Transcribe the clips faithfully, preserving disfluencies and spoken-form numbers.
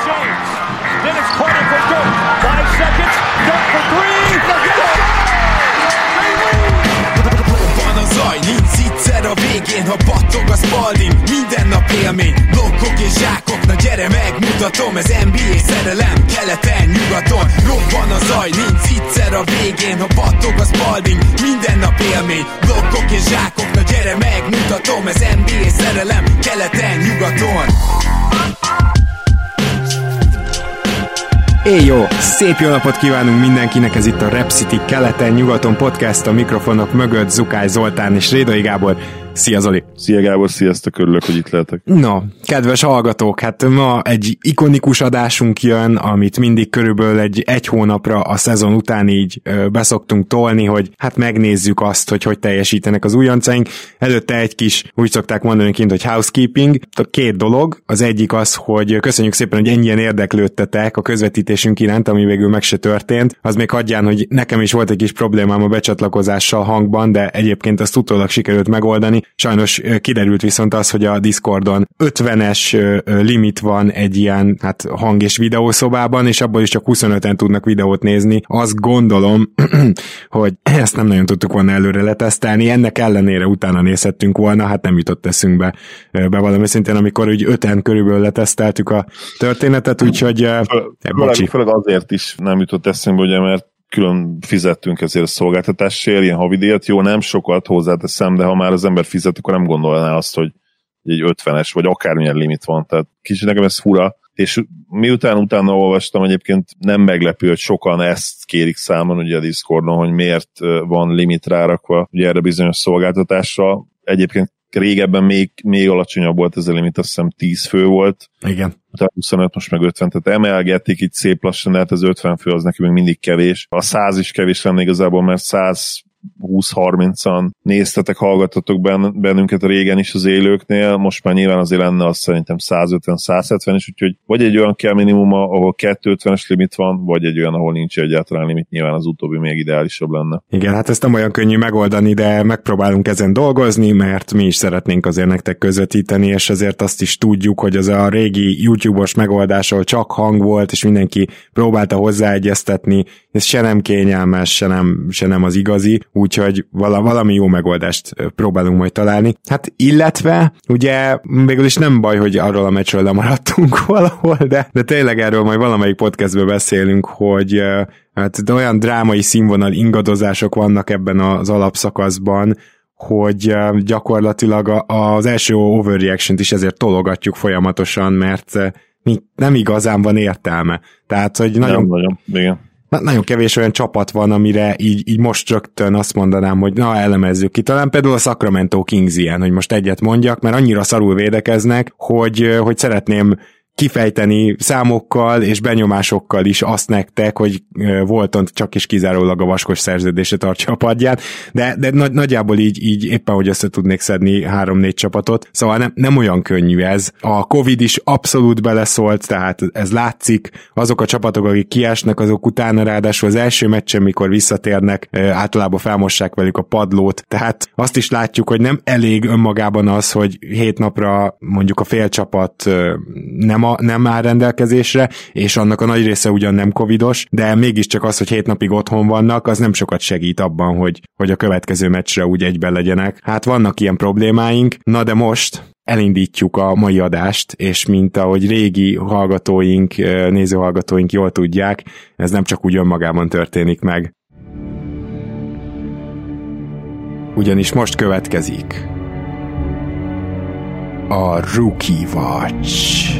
James. Dennis corner for Dirk. Five seconds. Dirk for three. Van a zaj, nincs egyszer a végén, ha battog a Spalding, minden nap élmény, blokkok és zsákok, na gyere megmutatom, ez en bé á szerelem, keleten, nyugaton, robban a zaj, nincs egyszer a végén, ha battog a Spalding, minden nap élmény, blokkok és zsákok, na gyere megmutatom, ez en bé á szerelem, keleten, nyugaton. Éj jó! Szép jó napot kívánunk mindenkinek, ez itt a Rep City keleten-nyugaton podcast, a mikrofonok mögött Zukály Zoltán és Rédai Gábor. Szia Zoli! Szia Gábor, sziasztok, örülök, hogy itt lehetek. No, kedves hallgatók, hát ma egy ikonikus adásunk jön, amit mindig körülbelül egy, egy hónapra a szezon után így ö, beszoktunk tolni, hogy hát megnézzük azt, hogy hogy teljesítenek az újoncaink. Előtte egy kis, úgy szokták mondani kint, hogy housekeeping. Két dolog, az egyik az, hogy köszönjük szépen, hogy ennyien érdeklődtetek a közvetítésünk iránt, ami végül meg se történt. Az még hagyján, hogy nekem is volt egy kis problémám a becsatlakozással hangban, de egyébként azt utólag sikerült megoldani. Sajnos kiderült viszont az, hogy a Discordon ötvenes limit van egy ilyen hát hang- és videószobában, és abból is csak huszonöten tudnak videót nézni. Azt gondolom, hogy ezt nem nagyon tudtuk volna előre letesztelni, ennek ellenére utána nézhettünk volna, hát nem jutott eszünkbe bevallom őszintén, amikor úgy öten körülbelül leteszteltük a történetet, úgyhogy főleg, főleg azért is nem jutott eszünkbe, ugye, mert külön fizettünk ezért a szolgáltatásért, ilyen havidíjat, jó, nem sokat hozzáteszem, de ha már az ember fizet, akkor nem gondolná azt, hogy egy ötvenes, vagy akármilyen limit van, tehát kicsit nekem ez fura, és miután utána olvastam, egyébként nem meglepő, hogy sokan ezt kérik számon, ugye a Discordon, hogy miért van limit rárakva ugye erre bizonyos szolgáltatásra. Egyébként régebben még, még alacsonyabb volt ez a limit, azt hiszem tíz fő volt. Igen. Tehát huszonöt, most meg ötven, tehát emelgették itt szép lassan, de hát az ötven fő az neki még mindig kevés. A száz is kevés lenne igazából, mert száz húsz-harmincan néztetek, hallgattatok bennünket a régen is az élőknél, most már nyilván azért lenne azt szerintem száz ötven-száz hetven is, úgyhogy vagy egy olyan kell minimuma, ahol kétszázötvenes limit van, vagy egy olyan, ahol nincs egyáltalán limit, nyilván az utóbbi még ideálisabb lenne. Igen, hát ezt nem olyan könnyű megoldani, de megpróbálunk ezen dolgozni, mert mi is szeretnénk azért nektek közvetíteni, és azért azt is tudjuk, hogy az a régi YouTube-os megoldás, ahol csak hang volt, és mindenki próbálta hozzáegyeztetni, ez se nem kényelmes, se nem, se nem az igazi, úgyhogy valami jó megoldást próbálunk majd találni. Hát illetve, ugye végül is nem baj, hogy arról a meccsről lemaradtunk valahol, de, de tényleg erről majd valamelyik podcastben beszélünk, hogy hát de olyan drámai színvonal ingadozások vannak ebben az alapszakaszban, hogy gyakorlatilag az első overreaction-t is ezért tologatjuk folyamatosan, mert nem igazán van értelme. Tehát, hogy nagyon... Nem nagyon, igen. Na, nagyon kevés olyan csapat van, amire így, így most rögtön azt mondanám, hogy na, elemezzük ki. Talán például a Sacramento Kings ilyen, hogy most egyet mondjak, mert annyira szarul védekeznek, hogy, hogy szeretném kifejteni számokkal és benyomásokkal is azt nektek, hogy Walton csak is kizárólag a vaskos szerződésre tartja a padján, de, de nagy, nagyjából így, így éppen, hogy össze tudnék szedni három-négy csapatot, szóval nem, nem olyan könnyű ez. A Covid is abszolút beleszólt, tehát ez látszik, azok a csapatok, akik kiesnek, azok utána ráadásul az első meccsen, mikor visszatérnek, általában felmossák velük a padlót, tehát azt is látjuk, hogy nem elég önmagában az, hogy hét napra mondjuk a fél csapat nem, a, nem áll rendelkezésre, és annak a nagy része ugyan nem covidos, de mégiscsak az, hogy hét napig otthon vannak, az nem sokat segít abban, hogy, hogy a következő meccsre úgy egyben legyenek. Hát vannak ilyen problémáink, na de most elindítjuk a mai adást, és mint ahogy régi hallgatóink, nézőhallgatóink jól tudják, ez nem csak úgy önmagában történik meg. Ugyanis most következik a Rookie Watch.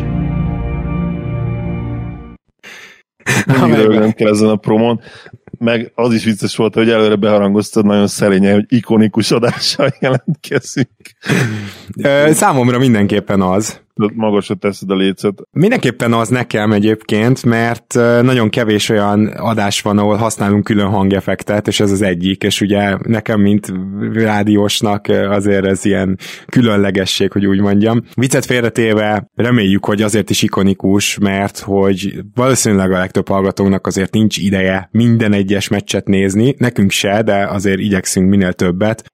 Amelyben nem kell ezen a promón. Meg az is vicces volt, hogy előre beharangoztad nagyon szerényen, hogy ikonikus adással jelentkezünk. Számomra mindenképpen az. Magasra teszed a lécet. Mindenképpen az nekem egyébként, mert nagyon kevés olyan adás van, ahol használunk külön hangeffektet, és ez az egyik, és ugye nekem, mint rádiósnak azért ez ilyen különlegesség, hogy úgy mondjam. Viccet félretéve reméljük, hogy azért is ikonikus, mert hogy valószínűleg a legtöbb hallgatónak azért nincs ideje minden egyes meccset nézni, nekünk se, de azért igyekszünk minél többet,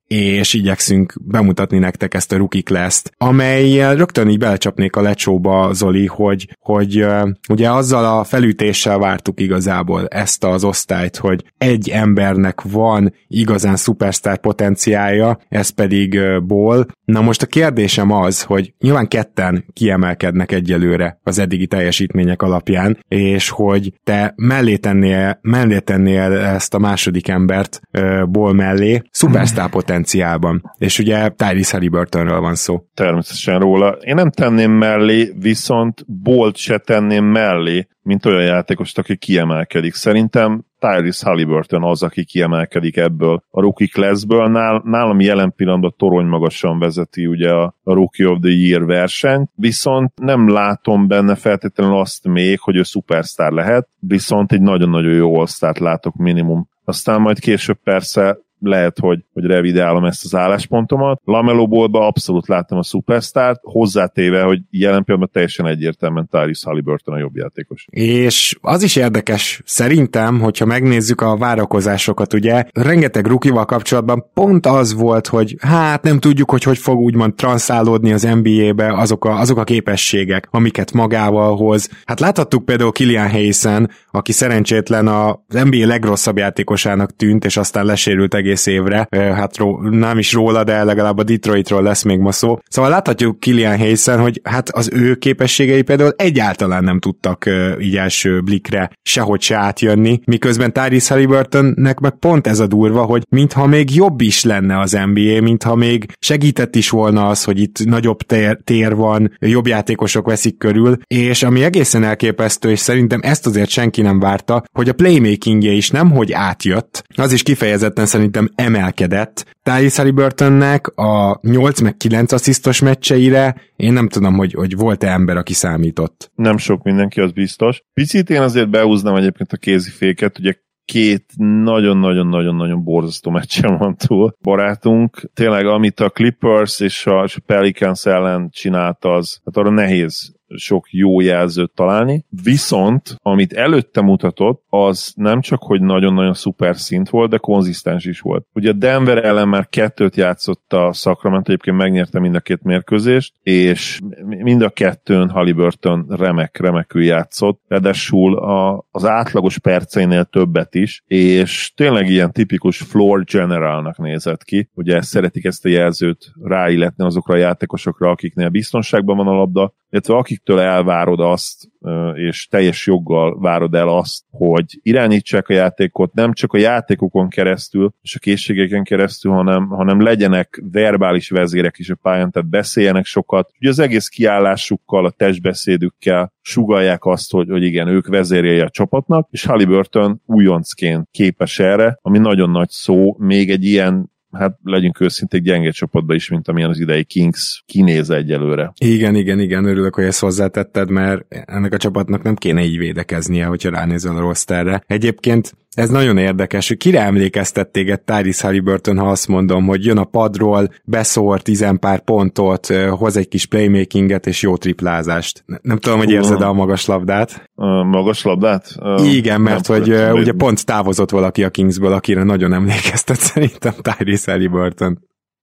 és igyekszünk bemutatni nektek ezt a rookie class-t, amelyel rögtön így belecsapnék a lecsóba, Zoli, hogy, hogy uh, ugye azzal a felütéssel vártuk igazából ezt az osztályt, hogy egy embernek van igazán szupersztár potenciálja, ez pedig uh, Ball. Na most a kérdésem az, hogy nyilván ketten kiemelkednek egyelőre az eddigi teljesítmények alapján, és hogy te mellé tennél, mellé tennél ezt a második embert uh, Ball mellé, szupersztár potenciálban. És ugye Tyrese Haliburtonről van szó. Természetesen róla. Én nem tenném mellé, viszont Ballt se tenném mellé, mint olyan játékost, aki kiemelkedik. Szerintem Tyrese Haliburton az, aki kiemelkedik ebből a rookie classből. Nál, nálam jelen pillanatban torony magasan vezeti ugye a, a Rookie of the Year versenyt, viszont nem látom benne feltétlenül azt még, hogy ő szupersztár lehet, viszont egy nagyon-nagyon jó all-start látok minimum. Aztán majd később persze lehet, hogy, hogy revidálom ezt az álláspontomat. LaMelo Ballba abszolút láttam a szupersztárt, hozzátéve, hogy jelen pillanatban teljesen egyértelműen Tyrese Haliburton a jobb játékos. És az is érdekes szerintem, hogyha megnézzük a várakozásokat, ugye, rengeteg rookie-val kapcsolatban pont az volt, hogy hát nem tudjuk, hogy hogy fog úgymond transzálódni az en bé á-be azok a, azok a képességek, amiket magával hoz. Hát láthattuk például Killian Hayesen, aki szerencsétlen az en bé á legrosszabb játékosának tűnt, és aztán lesérült egész évre, hát ró, nem is róla, de legalább a Detroitról lesz még ma szó. Szóval láthatjuk Killian Hayesen, hogy hát az ő képességei például egyáltalán nem tudtak így első blikre sehogy se átjönni, miközben Tyrese Haliburtonnek meg pont ez a durva, hogy mintha még jobb is lenne az en bé á, mintha még segített is volna az, hogy itt nagyobb tér, tér van, jobb játékosok veszik körül, és ami egészen elképesztő, és szerintem ezt azért senki nem várta, hogy a playmakingje is nemhogy átjött, az is kifejezetten szerintem emelkedett. Tyrese Haliburtonnek a nyolc meg kilenc asszisztos meccseire én nem tudom, hogy, hogy volt-e ember, aki számított. Nem sok mindenki, az biztos. Picit én azért behúznám egyébként a kéziféket, ugye két nagyon-nagyon-nagyon-nagyon borzasztó meccsen van túl barátunk. Tényleg, amit a Clippers és a, és a Pelicans ellen csinált, az, hát arra nehéz sok jó jelzőt találni, viszont amit előtte mutatott, az nem csak, hogy nagyon-nagyon szuper szint volt, de konzisztens is volt. Ugye Denver ellen már kettőt játszott a Sacramento, egyébként megnyerte mind a két mérkőzést, és mind a kettőn Haliburton remek, remekül játszott, ráadásul a, az átlagos perceinél többet is, és tényleg ilyen tipikus floor generalnak nézett ki. Ugye szeretik ezt a jelzőt ráilletni azokra a játékosokra, akiknél biztonságban van a labda, illetve akiktől elvárod azt, és teljes joggal várod el azt, hogy irányítsák a játékot, nem csak a játékokon keresztül, és a készségeken keresztül, hanem, hanem legyenek verbális vezérek is a pályán, tehát beszéljenek sokat. Ugye az egész kiállásukkal, a testbeszédükkel sugallják azt, hogy, hogy igen, ők vezérjei a csapatnak, és Haliburton újoncként képes erre, ami nagyon nagy szó, még egy ilyen, hát legyünk őszinték, gyenge csapatban is, mint amilyen az idei Kings kinéz egyelőre. Igen, igen, igen, örülök, hogy ezt hozzátetted, mert ennek a csapatnak nem kéne így védekeznie, hogyha ránézel a rosterre. Egyébként ez nagyon érdekes, hogy kire emlékeztet téged Tyrese Haliburton, ha azt mondom, hogy jön a padról, beszór tizen pár pontot, hoz egy kis playmakinget és jó triplázást. Nem tudom, hogy érzed a magas labdát? A magas labdát? Igen, mert hogy uh, ugye pont távozott valaki a Kingsből, akire nagyon emlékeztet szerintem Tyrese Haliburton.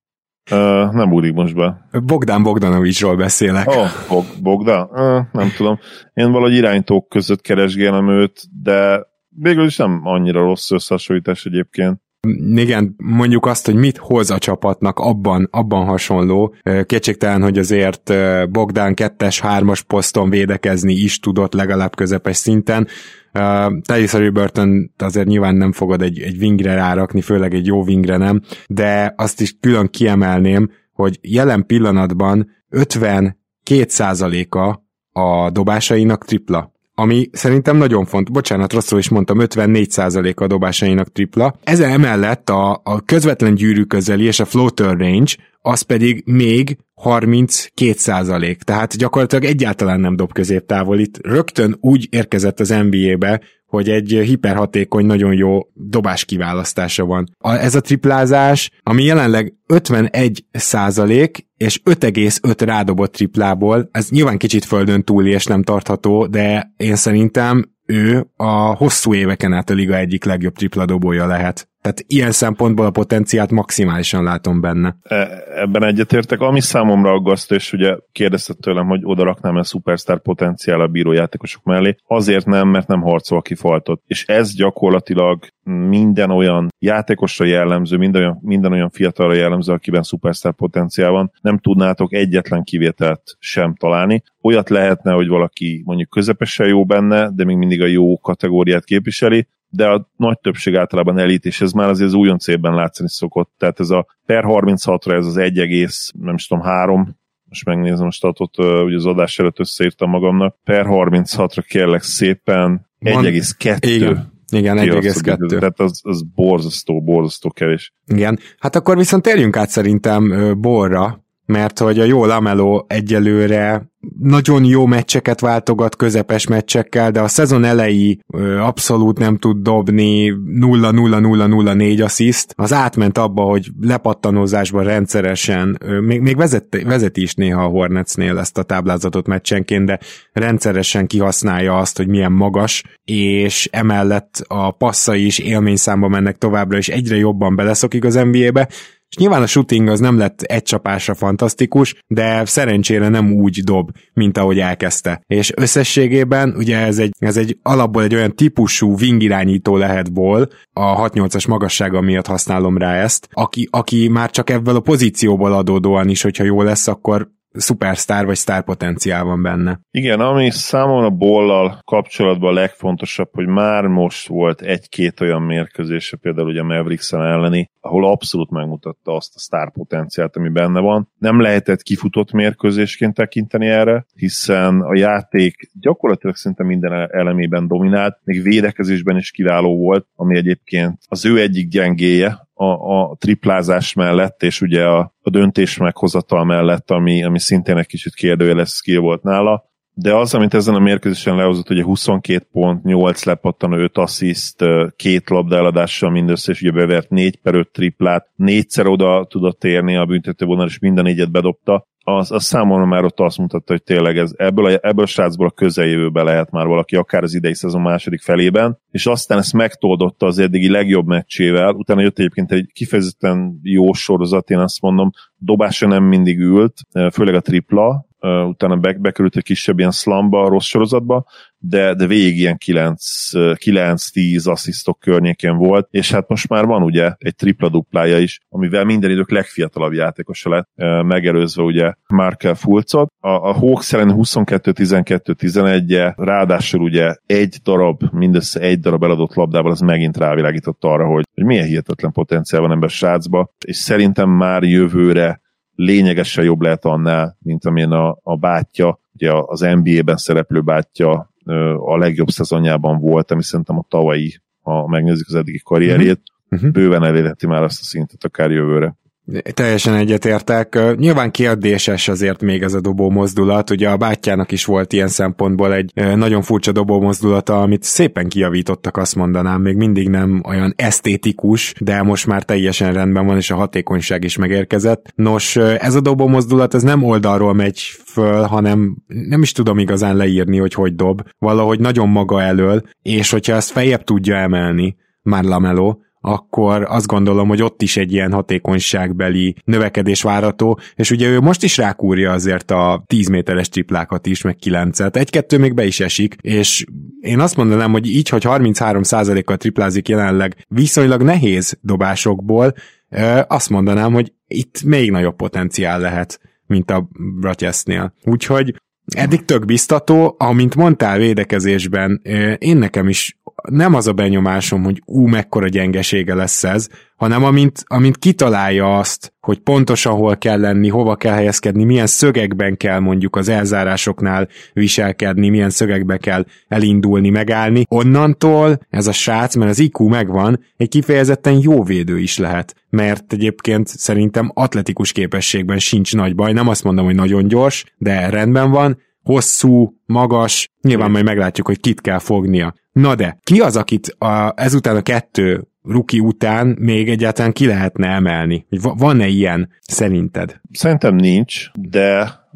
Uh, nem úrik most be. Bogdan Bogdanovicsról beszélek. Oh, Bog- Bogdan? Uh, nem tudom. Én valahogy iránytók között keresgélem őt, de végül is nem annyira rossz összehasonlítás egyébként. Igen, mondjuk azt, hogy mit hoz a csapatnak, abban, abban hasonló. Kétségtelen, hogy azért Bogdan kettes, hármas poszton védekezni is tudott legalább közepes szinten. Uh, Tyrese Haliburton azért nyilván nem fogod egy, egy wingre rárakni, főleg egy jó wingre nem, de azt is külön kiemelném, hogy jelen pillanatban ötvenkét százaléka a dobásainak tripla, ami szerintem nagyon fontos. Bocsánat, rosszul is mondtam, ötvennégy százaléka a dobásainak tripla. Ezen emellett a, a közvetlen gyűrű közeli és a floater range, az pedig még harminckét százalék. Tehát gyakorlatilag egyáltalán nem dob középtávol. Itt rögtön úgy érkezett az en bé á-be, hogy egy hiperhatékony, nagyon jó dobás kiválasztása van. A, ez a triplázás, ami jelenleg ötvenegy százalék, és öt egész öt rádobott triplából, ez nyilván kicsit földön túli és nem tartható, de én szerintem ő a hosszú éveken át a liga egyik legjobb tripladobója lehet. Tehát ilyen szempontból a potenciált maximálisan látom benne. Ebben egyetértek. Ami számomra aggasztó, és ugye kérdezted tőlem, hogy oda raknám a szupersztár potenciál a bírójátékosok mellé. Azért nem, mert nem harcol ki faltot. És ez gyakorlatilag minden olyan játékosra jellemző, minden olyan, minden olyan fiatalra jellemző, akiben szupersztár potenciál van, nem tudnátok egyetlen kivételt sem találni. Olyat lehetne, hogy valaki mondjuk közepesen jó benne, de még mindig a jó kategóriát képviseli, de a nagy többség általában elit, és ez már azért az újoncében látszani szokott. Tehát ez a per harminchatra ez az egy egész, nem is tudom, három, most megnézem a statot, ugye az adás előtt összeírtam magamnak, per harminchatra kérlek szépen egy egész kettő. Igen. Igen, egy egész kettő. Tehát az, az borzasztó, borzasztó kevés. Igen, hát akkor viszont térjünk át szerintem Ballra, mert hogy a jó LaMelo egyelőre nagyon jó meccseket váltogat közepes meccsekkel, de a szezon elejé abszolút nem tud dobni nulla nulla nulla nulla négy assziszt, az átment abba, hogy lepattanózásban rendszeresen, még, még vezet, vezeti is néha a Hornetsnél ezt a táblázatot meccsenként, de rendszeresen kihasználja azt, hogy milyen magas, és emellett a passzai is élményszámba mennek továbbra, és egyre jobban beleszokik az en bé á-be, és nyilván a shooting az nem lett egy csapásra fantasztikus, de szerencsére nem úgy dob, mint ahogy elkezdte. És összességében ugye ez egy, ez egy alapból egy olyan típusú wing irányító lehet Ball, a hat nyolcas magassága miatt használom rá ezt, aki, aki már csak ebből a pozícióból adódóan is, hogyha jó lesz, akkor szupersztár vagy sztárpotenciál van benne. Igen, ami számomra Ballal kapcsolatban a legfontosabb, hogy már most volt egy-két olyan mérkőzése, például ugye a Mavericks elleni, ahol abszolút megmutatta azt a sztárpotenciált, ami benne van. Nem lehetett kifutott mérkőzésként tekinteni erre, hiszen a játék gyakorlatilag szinte minden elemében dominált, még védekezésben is kiváló volt, ami egyébként az ő egyik gyengéje, A, a triplázás mellett, és ugye a, a döntés meghozatal mellett, ami, ami szintén egy kicsit kérdőjeles skill volt nála, de az, amit ezen a mérkőzésen lehozott, ugye huszonkét pont, nyolc lepattanó, öt assziszt, két labda eladással mindössze, és ugye bevert négy per öt triplát, négyszer oda tudott érni a büntetővonal, és minden négyet bedobta. Az, az számomra már ott azt mutatta, hogy tényleg ez, ebből, a, ebből a srácból a közeljövőben lehet már valaki, akár az idei szezon második felében, és aztán ezt megtoldotta az eddigi legjobb meccsével, utána jött egyébként egy kifejezetten jó sorozat, én azt mondom, dobása nem mindig ült, főleg a tripla, utána be, bekerült egy kisebb ilyen slamba, rossz sorozatba, de, de végig ilyen kilenc-tíz asszisztok környékén volt, és hát most már van ugye egy tripla duplája is, amivel minden idők legfiatalabb játékosa lett, megelőzve ugye Markel Fulcot. A, a Hawks ellen huszonkettő tizenkettő tizenegy, ráadásul ugye egy darab, mindössze egy darab eladott labdával, az megint rávilágított arra, hogy, hogy milyen hihetetlen potenciál van ebben a srácba, és szerintem már jövőre lényegesen jobb lehet annál, mint amilyen a, a bátyja, ugye az en bé á-ben szereplő bátyja a legjobb szezonjában volt, ami szerintem a tavalyi, ha megnézzük az eddigi karrierjét, uh-huh. bőven elérheti már azt a szintet akár jövőre. Teljesen egyetértek. Nyilván kérdéses azért még ez a dobó mozdulat. Ugye a bátyjának is volt ilyen szempontból egy nagyon furcsa dobó mozdulata, amit szépen kijavítottak, azt mondanám. Még mindig nem olyan esztétikus, de most már teljesen rendben van, és a hatékonyság is megérkezett. Nos, ez a dobó mozdulat, ez nem oldalról megy föl, hanem nem is tudom igazán leírni, hogy hogy dob. Valahogy nagyon maga elől, és hogyha ezt feljebb tudja emelni, már LaMelo, akkor azt gondolom, hogy ott is egy ilyen hatékonyságbeli növekedés várható, és ugye ő most is rákúrja azért a tíz méteres triplákat is, meg kilencet, egy-kettő még be is esik, és én azt mondanám, hogy így, hogy harminchárom százalékkal triplázik jelenleg viszonylag nehéz dobásokból, azt mondanám, hogy itt még nagyobb potenciál lehet, mint a Bratjesznél. Úgyhogy eddig tök biztató, amint mondtál védekezésben, én nekem is nem az a benyomásom, hogy ú, mekkora gyengesége lesz ez, hanem amint, amint kitalálja azt, hogy pontosan hol kell lenni, hova kell helyezkedni, milyen szögekben kell mondjuk az elzárásoknál viselkedni, milyen szögekbe kell elindulni, megállni. Onnantól ez a srác, mert az í kú megvan, egy kifejezetten jó védő is lehet, mert egyébként szerintem atletikus képességben sincs nagy baj, nem azt mondom, hogy nagyon gyors, de rendben van, hosszú, magas, nyilván majd meglátjuk, hogy kit kell fognia. Na de, ki az, akit a, ezután a kettő rookie után még egyáltalán ki lehetne emelni? Van-e ilyen szerinted? Szerintem nincs, de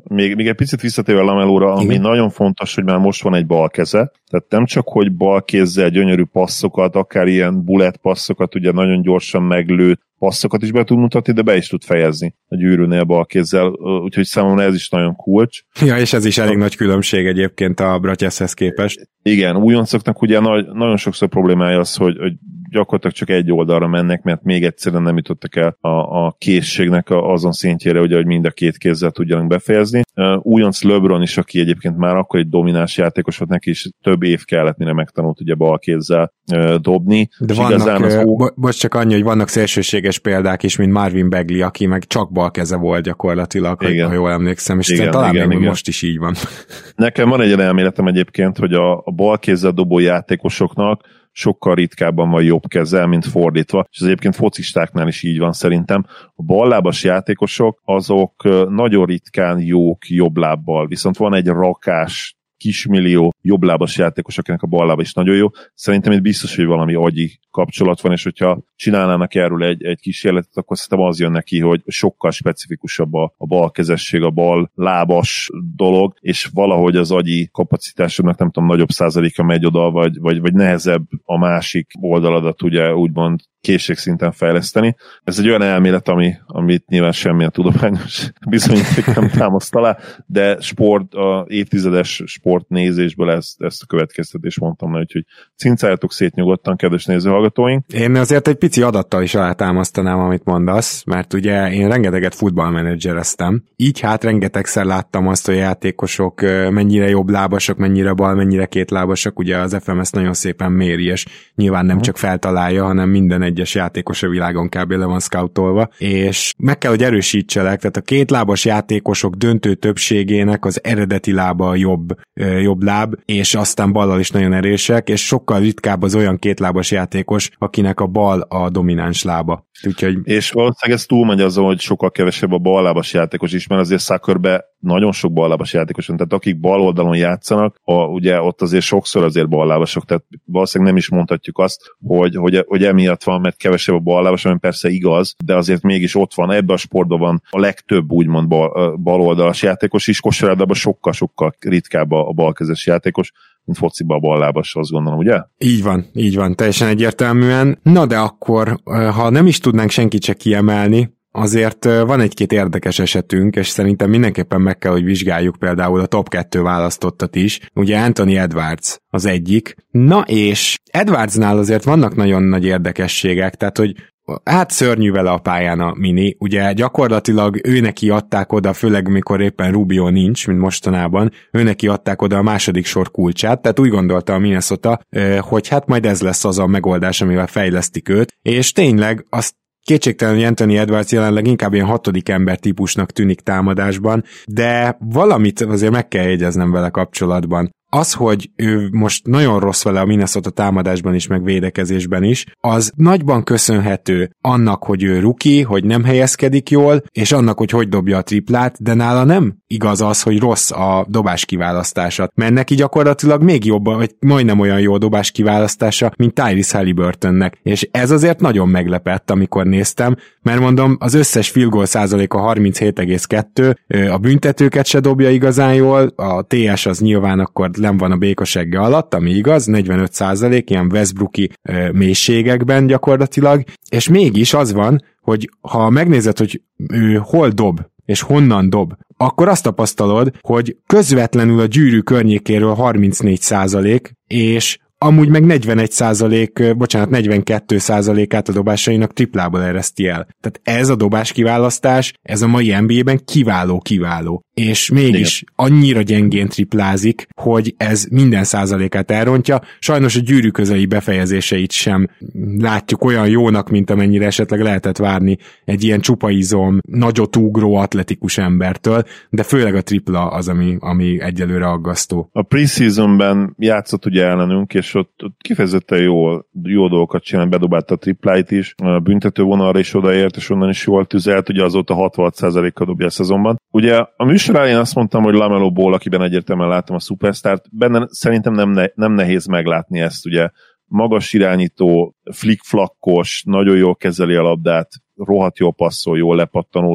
még, még egy picit visszatérve Lamelóra, ami igen. Nagyon fontos, hogy már most van egy bal keze, tehát nem csak, hogy bal kézzel gyönyörű passzokat, akár ilyen bullet passzokat, ugye nagyon gyorsan meglőtt passzokat is be tud mutatni, de be is tud fejezni a gyűrűnél bal kézzel, úgyhogy számomra ez is nagyon kulcs. Ja, és ez is elég a... nagy különbség egyébként a Bratyeszhez képest. Igen, újoncoknak ugye nagy, nagyon sokszor problémája az, hogy, hogy gyakorlatilag csak egy oldalra mennek, mert még egyszerűen nem jutottak el a, a készségnek azon szintjére, ugye, hogy mind a két kézzel tudjanak befejezni. Uh, újonc LeBron is, aki egyébként már akkor egy domináns játékos volt, neki is több év kellett, mire megtanult ugye bal kézzel uh, dobni. De és vannak, az ó... bo- most csak annyi, hogy vannak szélsőséges példák is, mint Marvin Bagley, aki meg csak bal keze volt gyakorlatilag, hogy, ha jól emlékszem, és igen, talán igen, még igen. most is így van. Nekem van egy elméletem egyébként, hogy a, a bal kézzel dobó játékosoknak sokkal ritkábban van jobb kezel, mint fordítva, és ez egyébként focistáknál is így van szerintem. A ballábas játékosok azok nagyon ritkán jók jobb lábbal, viszont van egy rakás kismillió jobblábas játékos, akinek a ballába is nagyon jó. Szerintem itt biztos, hogy valami agyi kapcsolat van, és hogyha csinálnának erről egy, egy kísérletet, akkor szerintem az jön neki, hogy sokkal specifikusabb a, a balkezesség, a bal lábas dolog, és valahogy az agyi kapacitásodnak nem tudom, nagyobb százaléka megy oda, vagy, vagy, vagy nehezebb a másik oldaladat ugye úgymond készségszinten fejleszteni. Ez egy olyan elmélet, ami, amit nyilván semmilyen tudományos bizonyíték nem támaszt alá, de sport, a évtizedes sportnézésből ezt, ezt a következtetést mondtam le, úgyhogy cincáljatok szét nyugodtan, kedves nézőhallgatóink. Én azért egy pici adattal is alátámasztanám, amit mondasz, mert ugye én rengeteget futballmenedzsereztem, így hát rengetegszer láttam azt, hogy a játékosok mennyire jobb lábasok, mennyire bal, mennyire két lábasok, ugye az ef em ezt nagyon szépen méri, és nyilván nem csak feltalálja, hanem minden egyes játékos a világon kb. Le van scoutolva, és meg kell, hogy erősítselek, tehát a kétlábas játékosok döntő többségének az eredeti lába a jobb, jobb láb, és aztán ballal is nagyon erősek, és sokkal ritkább az olyan kétlábas játékos, akinek a bal a domináns lába. Úgyhogy... És valószínűleg ez túlmegy azon, hogy sokkal kevesebb a ballábas játékos is, mert azért soccerbe nagyon sok ballábas játékos van, tehát akik bal oldalon játszanak, a, ugye ott azért sokszor azért ballábasok, tehát valószínűleg nem is mondhatjuk azt, hogy, hogy, hogy emiatt van, mert kevesebb a ballábas, ami persze igaz, de azért mégis ott van, ebben a sportban van a legtöbb úgymond bal, bal oldalas játékos is, kosárlabdában sokkal-sokkal ritkább a balkezes játékos, mint fociba a ballábas, azt gondolom, ugye? Így van, így van, teljesen egyértelműen. Na de akkor, ha nem is tudnánk senkit se kiemelni, azért van egy-két érdekes esetünk, és szerintem mindenképpen meg kell, hogy vizsgáljuk például a top kettő választottat is. Ugye Anthony Edwards az egyik. Na és Edwardsnál azért vannak nagyon nagy érdekességek, tehát hogy hát szörnyű vele a pályán a Mini, ugye gyakorlatilag őneki adták oda, főleg mikor éppen Rubio nincs, mint mostanában, őneki adták oda a második sor kulcsát, tehát úgy gondolta a Minnesota, hogy hát majd ez lesz az a megoldás, amivel fejlesztik őt, és tényleg azt kétségtelen, hogy Anthony Edwards jelenleg inkább ilyen hatodik ember típusnak tűnik támadásban, de valamit azért meg kell jegyeznem vele kapcsolatban. Az, hogy ő most nagyon rossz vele a Minnesota támadásban is, meg védekezésben is, az nagyban köszönhető annak, hogy ő rookie, hogy nem helyezkedik jól, és annak, hogy hogy dobja a triplát, de nála nem igaz az, hogy rossz a dobás kiválasztása. Mert neki gyakorlatilag még jobb, vagy majdnem olyan jó a dobás kiválasztása, mint Tyrese Halliburtonnek. És ez azért nagyon meglepett, amikor néztem, mert mondom, az összes field goal százaléka harminchét egész kettő, a büntetőket se dobja igazán jól, a té es az nyilván akkor nem van a békosegge alatt, ami igaz, negyvenöt százalék, ilyen Westbrooki e, mélységekben gyakorlatilag, és mégis az van, hogy ha megnézed, hogy ő hol dob, és honnan dob, akkor azt tapasztalod, hogy közvetlenül a gyűrű környékéről harmincnégy százalék, és amúgy meg negyvenegy százalék, bocsánat, negyvenkettő százalékát a dobásainak triplából ereszti el. Tehát ez a dobás kiválasztás, ez a mai en bé á-ben kiváló-kiváló. És mégis annyira gyengén triplázik, hogy ez minden százalékát elrontja. Sajnos a gyűrű közeli befejezéseit sem látjuk olyan jónak, mint amennyire esetleg lehetett várni egy ilyen csupaizom, nagyot ugró, atletikus embertől, de főleg a tripla az, ami, ami egyelőre aggasztó. A preseasonben játszott ugye ellenünk, és ott, ott kifejezetten jó, jó dolgokat csinál, bedobálta a tripláit is, a büntető vonalra is odaért, és onnan is jól tüzelt, ugye azóta hatvanhat százalékkal dobja a szezonban. Ugye a műsor elején azt mondtam, hogy LaMelo Ball, akiben egyértelműen láttam a szupersztárt, benne szerintem nem, ne, nem nehéz meglátni ezt, ugye magas irányító, flick-flakkos, nagyon jól kezeli a labdát, rohadt jól passzol, jól lepattanózik,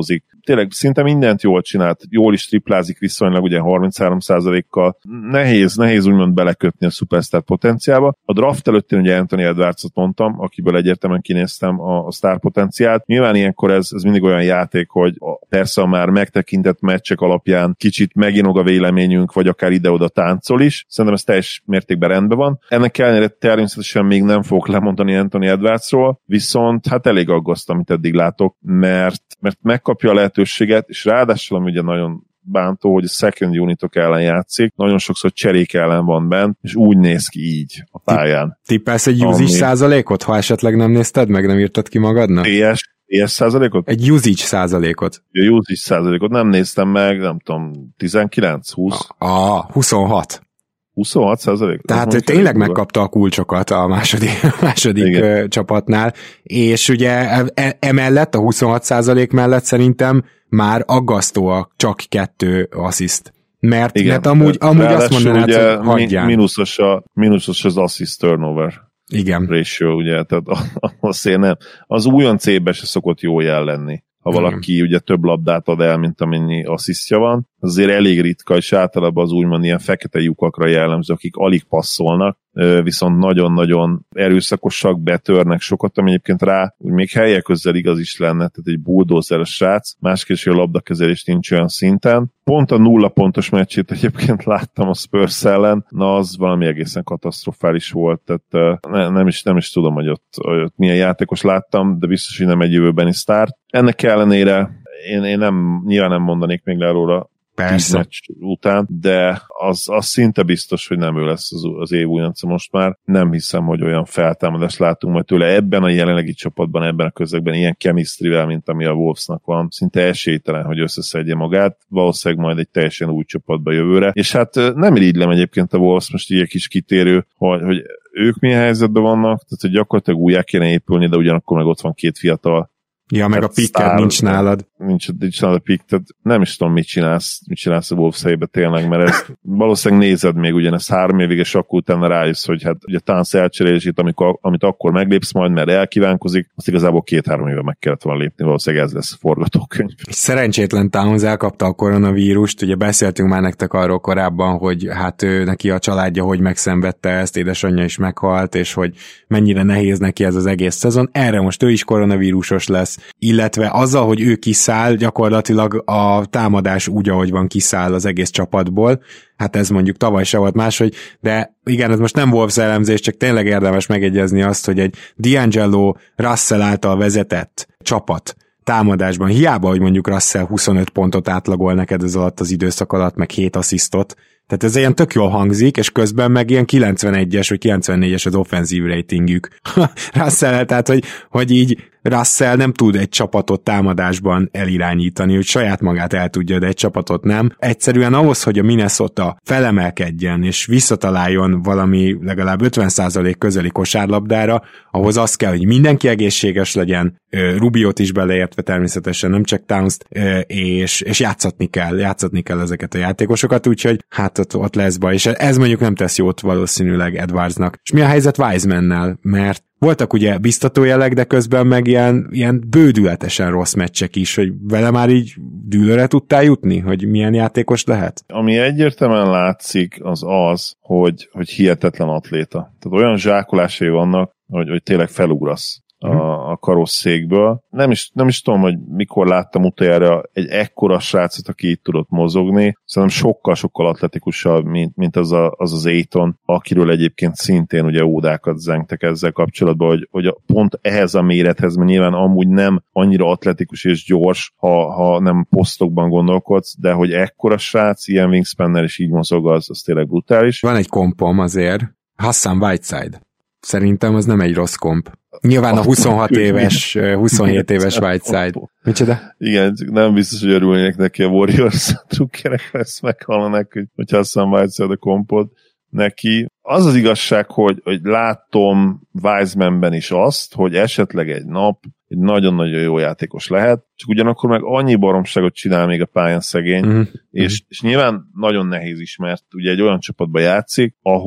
tényleg szinte mindent jól csinált, jól is triplázik viszonylag, ugye harminchárom százalékkal. Nehéz, nehéz úgymond belekötni a szupersztár potenciálba. A draft előtt én ugye Anthony Edwardsot mondtam, akiből egyértelműen kinéztem a, a sztár potenciált. Nyilván ilyenkor ez, ez mindig olyan játék, hogy a, persze a már megtekintett meccsek alapján kicsit meginog a véleményünk, vagy akár ide-oda táncol is. Szerintem ez teljes mértékben rendben van. Ennek ellenére természetesen még nem fogok lemondani Anthony Edwardsról, viszont hát elég aggasztom, amit eddig látok, mert, mert megkapja a lehetőséget, és ráadásul ami ugye nagyon bántó, hogy a second unitok ellen játszik, nagyon sokszor cserék ellen van bent, és úgy néz ki így a pályán. Tippelsz egy usage százalékot, ha esetleg nem nézted meg, nem írtad ki magadnak? té es, té es százalékot? Egy usage százalékot. A usage százalékot nem néztem meg, nem tudom, tizenkilenc, húsz? A, huszonhat. huszonhat százalék? Tehát ő tényleg megkapta a kulcsokat a második, második Igen. csapatnál, és ugye emellett, a huszonhat százalék mellett szerintem már aggasztó a csak kettő assziszt. Mert, Igen, mert amúgy, amúgy azt mondanád, ugye, hogy hagyján. Mínuszos, a, mínuszos az assist turnover Igen. ratio, ugye, tehát azért nem. Az újoncében se szokott jó jel lenni. Ha valaki Igen. ugye több labdát ad el, mint amennyi asszisztja van, azért elég ritka, és általában az úgymond ilyen fekete lyukakra jellemző, akik alig passzolnak, viszont nagyon-nagyon erőszakosak, betörnek sokat, ami egyébként rá úgy még helyek közel igaz is lenne, tehát egy bulldozer srác, másképp a labdakezelés nincs olyan szinten. Pont a nulla pontos meccsét egyébként láttam a Spurs ellen, na az valami egészen katasztrofális volt, tehát ne, nem, is, nem is tudom, hogy ott, hogy ott milyen játékos láttam, de biztos, hogy nem egy jövőbeni sztár. Ennek ellenére én, én nem, nyilván nem mondanék még le róla tíz meccs után, de az, az szinte biztos, hogy nem ő lesz az, az év újonca most már. Nem hiszem, hogy olyan feltámadást látunk majd tőle ebben a jelenlegi csapatban, ebben a közegben, ilyen chemistryvel, mint ami a Wolvesnak van. Szinte esélytelen, hogy összeszedje magát. Valószínűleg majd egy teljesen új csapatba jövőre. És hát nem irigylem egyébként a Wolves, most így egy kis kitérő, hogy, hogy ők milyen helyzetben vannak, tehát hogy gyakorlatilag újjá kéne épülni, de ugyanakkor meg ott van két fiatal. Ja, meg a picked nincs nálad. Nincs, nincs nálad a pick, tehát nem is tudom, mit csinálsz, mit csinálsz a Wolves helybe tényleg, mert ezt valószínűleg nézed még ugyanezt három évig, és akkor utána rájössz, hogy hát ugye Towns elcserélését, amikor, amit akkor meglépsz majd, mert elkívánkozik, azt igazából két-három éve meg kellett volna lépni, valószínűleg ez lesz a forgatókönyv. Szerencsétlen Towns elkapta a koronavírust, ugye beszéltünk már nektek arról korábban, hogy hát ő, neki a családja hogy megszenvedte ezt, édesanyja is meghalt, és hogy mennyire nehéz neki ez az egész szezon. Erre most ő is koronavírusos lesz, illetve azzal, hogy ő kiszáll, gyakorlatilag a támadás úgy, ahogy van, kiszáll az egész csapatból. Hát ez mondjuk tavaly se volt máshogy, de igen, ez most nem Wolves elemzés, csak tényleg érdemes megegyezni azt, hogy egy D'Angelo Russell által vezetett csapat támadásban, hiába, hogy mondjuk Russell huszonöt pontot átlagol neked ez alatt az időszak alatt, meg hét asszisztot, tehát ez ilyen tök jól hangzik, és közben meg ilyen kilencvenegyes vagy kilencvennégyes az offenzív ratingük. Russell, tehát hogy, hogy így Russell nem tud egy csapatot támadásban elirányítani, hogy saját magát el tudja, de egy csapatot nem. Egyszerűen ahhoz, hogy a Minnesota felemelkedjen és visszataláljon valami legalább ötven százalék közeli kosárlabdára, ahhoz az kell, hogy mindenki egészséges legyen, Rubiot is beleértve természetesen, nem csak Towns-t, és, és játszatni kell, játszatni kell ezeket a játékosokat, úgyhogy hát ott, ott lesz baj, és ez mondjuk nem tesz jót valószínűleg Edwardsnak. És mi a helyzet Wisemannel? Mert voltak ugye biztató jelek, de közben meg ilyen, ilyen bődületesen rossz meccsek is, hogy vele már így dűlőre tudtál jutni, hogy milyen játékos lehet? Ami egyértelműen látszik, az az, hogy, hogy hihetetlen atléta. Tehát olyan zsákolásai vannak, hogy, hogy tényleg felugrasz a, a karosszékből. Nem is, nem is tudom, hogy mikor láttam utoljára egy ekkora srácot, aki itt tudott mozogni. Szerintem sokkal-sokkal atletikusabb, mint, mint az, a, az az Ayton, akiről egyébként szintén ugye ódákat zengtek ezzel kapcsolatban, hogy, hogy pont ehhez a mérethez, mert nyilván amúgy nem annyira atletikus és gyors, ha, ha nem posztokban gondolkodsz, de hogy ekkora srác, ilyen wingspannel és így mozog, az, az tényleg brutális. Van egy kompom azért, Hassan Whiteside. Szerintem az nem egy rossz komp. Nyilván a huszonhat éves, huszonhét éves Whiteside. Micsoda? Igen, nem biztos, hogy örülnének neki a Warriors trukkerek, ezt meghallanak, hogy, hogy Hassan Whiteside a kompot neki. Az az igazság, hogy, hogy látom Wisemanben is azt, hogy esetleg egy nap egy nagyon-nagyon jó játékos lehet, csak ugyanakkor meg annyi baromságot csinál még a pályán szegény, mm-hmm. és, és nyilván nagyon nehéz is, mert ugye egy olyan csapatban játszik, ahol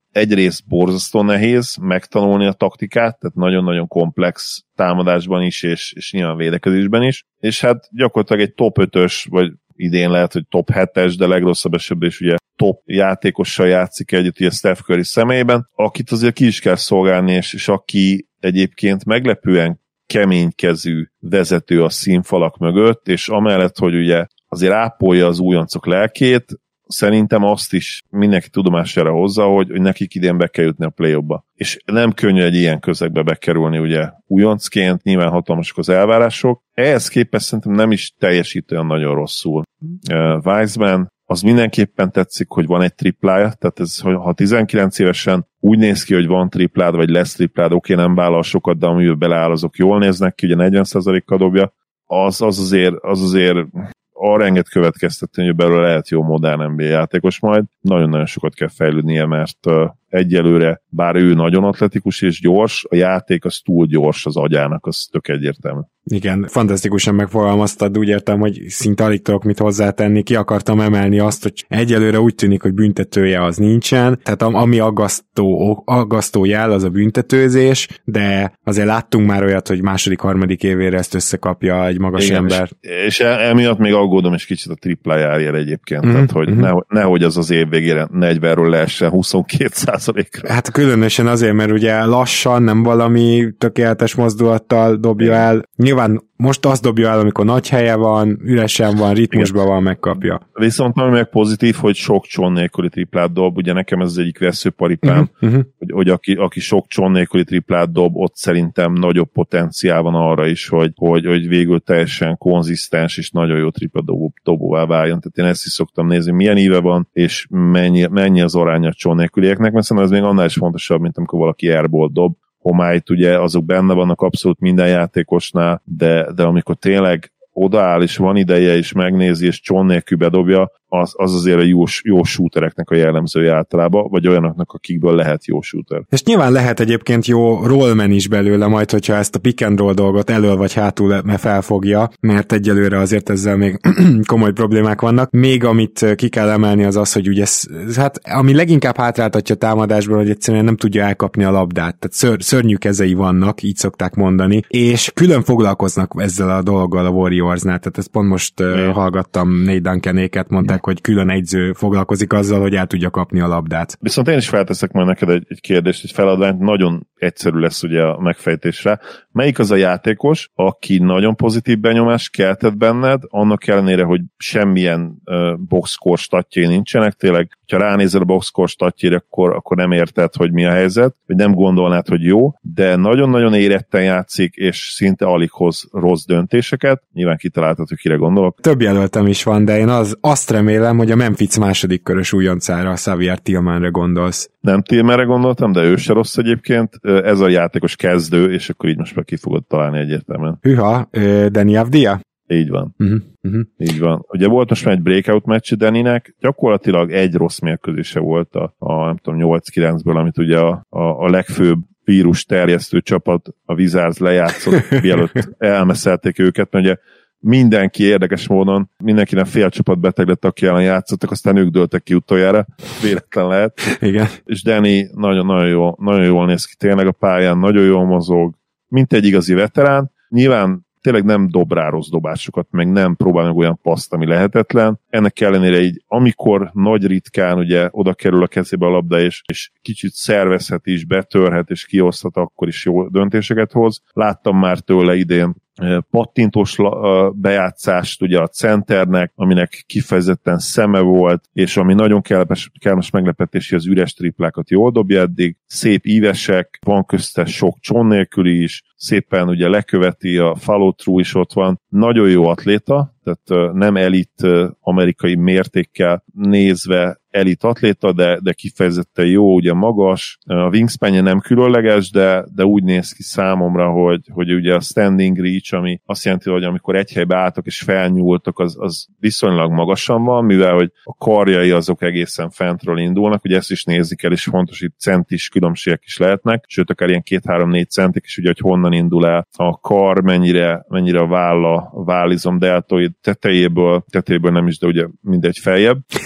egyrészt borzasztó nehéz megtanulni a taktikát, tehát nagyon-nagyon komplex támadásban is, és, és nyilván védekezésben is, és hát gyakorlatilag egy top ötös, vagy idén lehet, hogy top hetes, de legrosszabb esetben is ugye top játékossal játszik együtt ugye Steph Curry személyében, akit azért ki is kell szolgálni, és, és aki egyébként meglepően keménykezű vezető a színfalak mögött, és amellett, hogy ugye azért ápolja az újoncok lelkét, szerintem azt is mindenki tudomására hozza, hogy, hogy nekik idén be kell jutni a play-offba. És nem könnyű egy ilyen közegbe bekerülni ugye újoncként, nyilván hatalmasak az elvárások. Ehhez képest szerintem nem is teljesít olyan nagyon rosszul. Uh, Wiseman, az mindenképpen tetszik, hogy van egy triplája, tehát ez, ha tizenkilenc évesen úgy néz ki, hogy van triplád, vagy lesz triplád, oké, nem vállal sokat, de amivel beleáll, azok jól néznek ki, ugye negyven százalékkal dobja, az, az, azért, az azért arra enged következtetni, hogy belőle lehet jó modern en bé á játékos majd. Nagyon-nagyon sokat kell fejlődnie, mert uh, egyelőre, bár ő nagyon atletikus és gyors, a játék az túl gyors az agyának, az tök egyértelmű. Igen, fantasztikusan megfogalmaztad, úgy értem, hogy szinte alig tudok mit hozzátenni, ki akartam emelni azt, hogy egyelőre úgy tűnik, hogy büntetője az nincsen, tehát ami aggasztó, aggasztó jel, az a büntetőzés, de azért láttunk már olyat, hogy második, harmadik évére ezt összekapja egy magas igen, ember. És, és emiatt még aggódom is kicsit a triplájáért egyébként, mm-hmm. tehát hogy mm-hmm. nehogy, nehogy az az év végére negyvenről leessen huszonkét százalékra. Hát különösen azért, mert ugye lassan, nem valami tökéletes mozdulattal dobja el. Nyilván most azt dobja el, amikor nagy helye van, üresen van, ritmusban van, megkapja. Viszont ami meg pozitív, hogy sok cson nélküli triplát dob, ugye nekem ez az egyik veszőparipám, uh-huh. hogy, hogy aki, aki sok cson nélküli triplát dob, ott szerintem nagyobb potenciál van arra is, hogy, hogy, hogy végül teljesen konzisztens és nagyon jó tripla dobó, dobóvá váljon. Tehát én ezt is szoktam nézni, milyen íve van, és mennyi, mennyi az aránya a cson nélkülieknek, mert szerintem ez még annál is fontosabb, mint amikor valaki airball dob. Homályt, ugye azok benne vannak abszolút minden játékosnál, de, de amikor tényleg odaáll, és van ideje, és megnézi, és cson nélkül bedobja, az, az azért a jó, jó shootereknek a jellemzője általában, vagy olyanoknak, akikből lehet jó shooter. És nyilván lehet egyébként jó rollman is belőle, majd hogyha ezt a pick and roll dolgot elől vagy hátul felfogja, mert egyelőre azért ezzel még komoly problémák vannak. Még amit ki kell emelni az az, hogy ugye, hát ami leginkább hátráltatja a támadásban, hogy egyszerűen nem tudja elkapni a labdát. Tehát ször, szörnyű kezei vannak, így szokták mondani, és külön foglalkoznak ezzel a dologgal a Warriorsnál. Tehát ezt pont most uh, hallgattam Nate Duncanéket, mondták, hogy külön egyző foglalkozik azzal, hogy el tudja kapni a labdát. Viszont én is felteszek majd neked egy, egy kérdést, egy feladványt, nagyon egyszerű lesz ugye a megfejtésre. Melyik az a játékos, aki nagyon pozitív benyomást keltett benned, annak ellenére, hogy semmilyen uh, boxscore statjai nincsenek, tényleg, ha ránézel a boxscore statjére, akkor, akkor nem érted, hogy mi a helyzet, vagy nem gondolnád, hogy jó, de nagyon-nagyon éretten játszik, és szinte alig hoz rossz döntéseket. Nyilván kitaláltad, hogy kire gondolok. Több jelöltem is van, de én az, azt remélem, hogy a Memphis második körös újoncára, a Xavier Tillmanre gondolsz. Nem Tillmanre gondoltam, de ő se rossz egyébként. Ez a játékos kezdő, és akkor így most már ki fogod találni egyértelműen. Hűha, Deni Avdija? Így van. Uh-huh, uh-huh. Így van. Ugye volt most már egy breakout meccs Deninek, gyakorlatilag egy rossz mérkőzése volt a, a nem tudom, nyolc-kilencből, amit ugye a, a, a legfőbb vírus terjesztő csapat, a Wizards lejátszott, mielőtt elmeszelték őket, mert ugye mindenki érdekes módon, mindenkinek fél csapat beteg lett, aki ellen játszottak, aztán ők dőltek ki utoljára, véletlen lehet. Igen. És Danny nagyon-nagyon jól, nagyon jól néz ki tényleg a pályán, nagyon jól mozog, mint egy igazi veterán. Nyilván tényleg nem dob rá rossz dobásokat, meg nem próbál meg olyan paszt, ami lehetetlen. Ennek ellenére így, amikor nagy ritkán ugye oda kerül a kezébe a labda, és, és kicsit szervezhet is, betörhet, és kioszthat, akkor is jó döntéseket hoz. Láttam már tőle idén pattintós bejátszást ugye a centernek, aminek kifejezetten szeme volt, és ami nagyon kellemes, kellemes meglepetés, hogy az üres triplákat jól dobja eddig, szép ívesek, van közte sok cson nélküli is, szépen ugye leköveti, a follow through is ott van, nagyon jó atléta, tehát nem elit amerikai mértékkel nézve elit atléta, de, de kifejezetten jó, ugye magas, a wingspanje nem különleges, de, de úgy néz ki számomra, hogy, hogy ugye a standing reach, ami azt jelenti, hogy amikor egy helybe álltak és felnyúltak, az, az viszonylag magasan van, mivel hogy a karjai azok egészen fentről indulnak, ugye ezt is nézik el, és fontos, itt centis különbségek is lehetnek, sőt akár ilyen két-három-négy centik, és ugye, hogy honnan indul el a kar, mennyire, mennyire a válla, a vállizom deltoid tetejéből, tetejéből nem is, de ugye mindegy feljebb.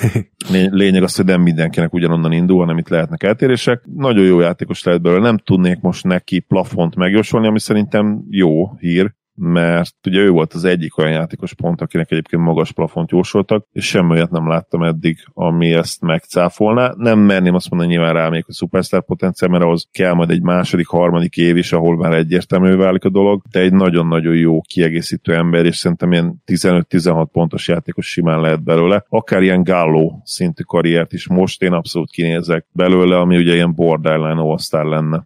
Lényeg az, hogy nem mindenkinek ugyanonnan indul, hanem itt lehetnek eltérések. Nagyon jó játékos lehet belőle. Nem tudnék most neki plafont megjósolni, ami szerintem jó hír, mert ugye ő volt az egyik olyan játékos pont, akinek egyébként magas plafont jósoltak, és semmi olyat nem láttam eddig, ami ezt megcáfolná. Nem merném azt mondani nyilván rá még, hogy szupersztár potenciál, mert ahhoz kell majd egy második, harmadik év is, ahol már egyértelmű válik a dolog, de egy nagyon-nagyon jó kiegészítő ember, és szerintem ilyen tizenöt-tizenhat pontos játékos simán lehet belőle. Akár ilyen Gallo szintű karriert is most én abszolút kinézek belőle, ami ugye ilyen borderline all-star lenne.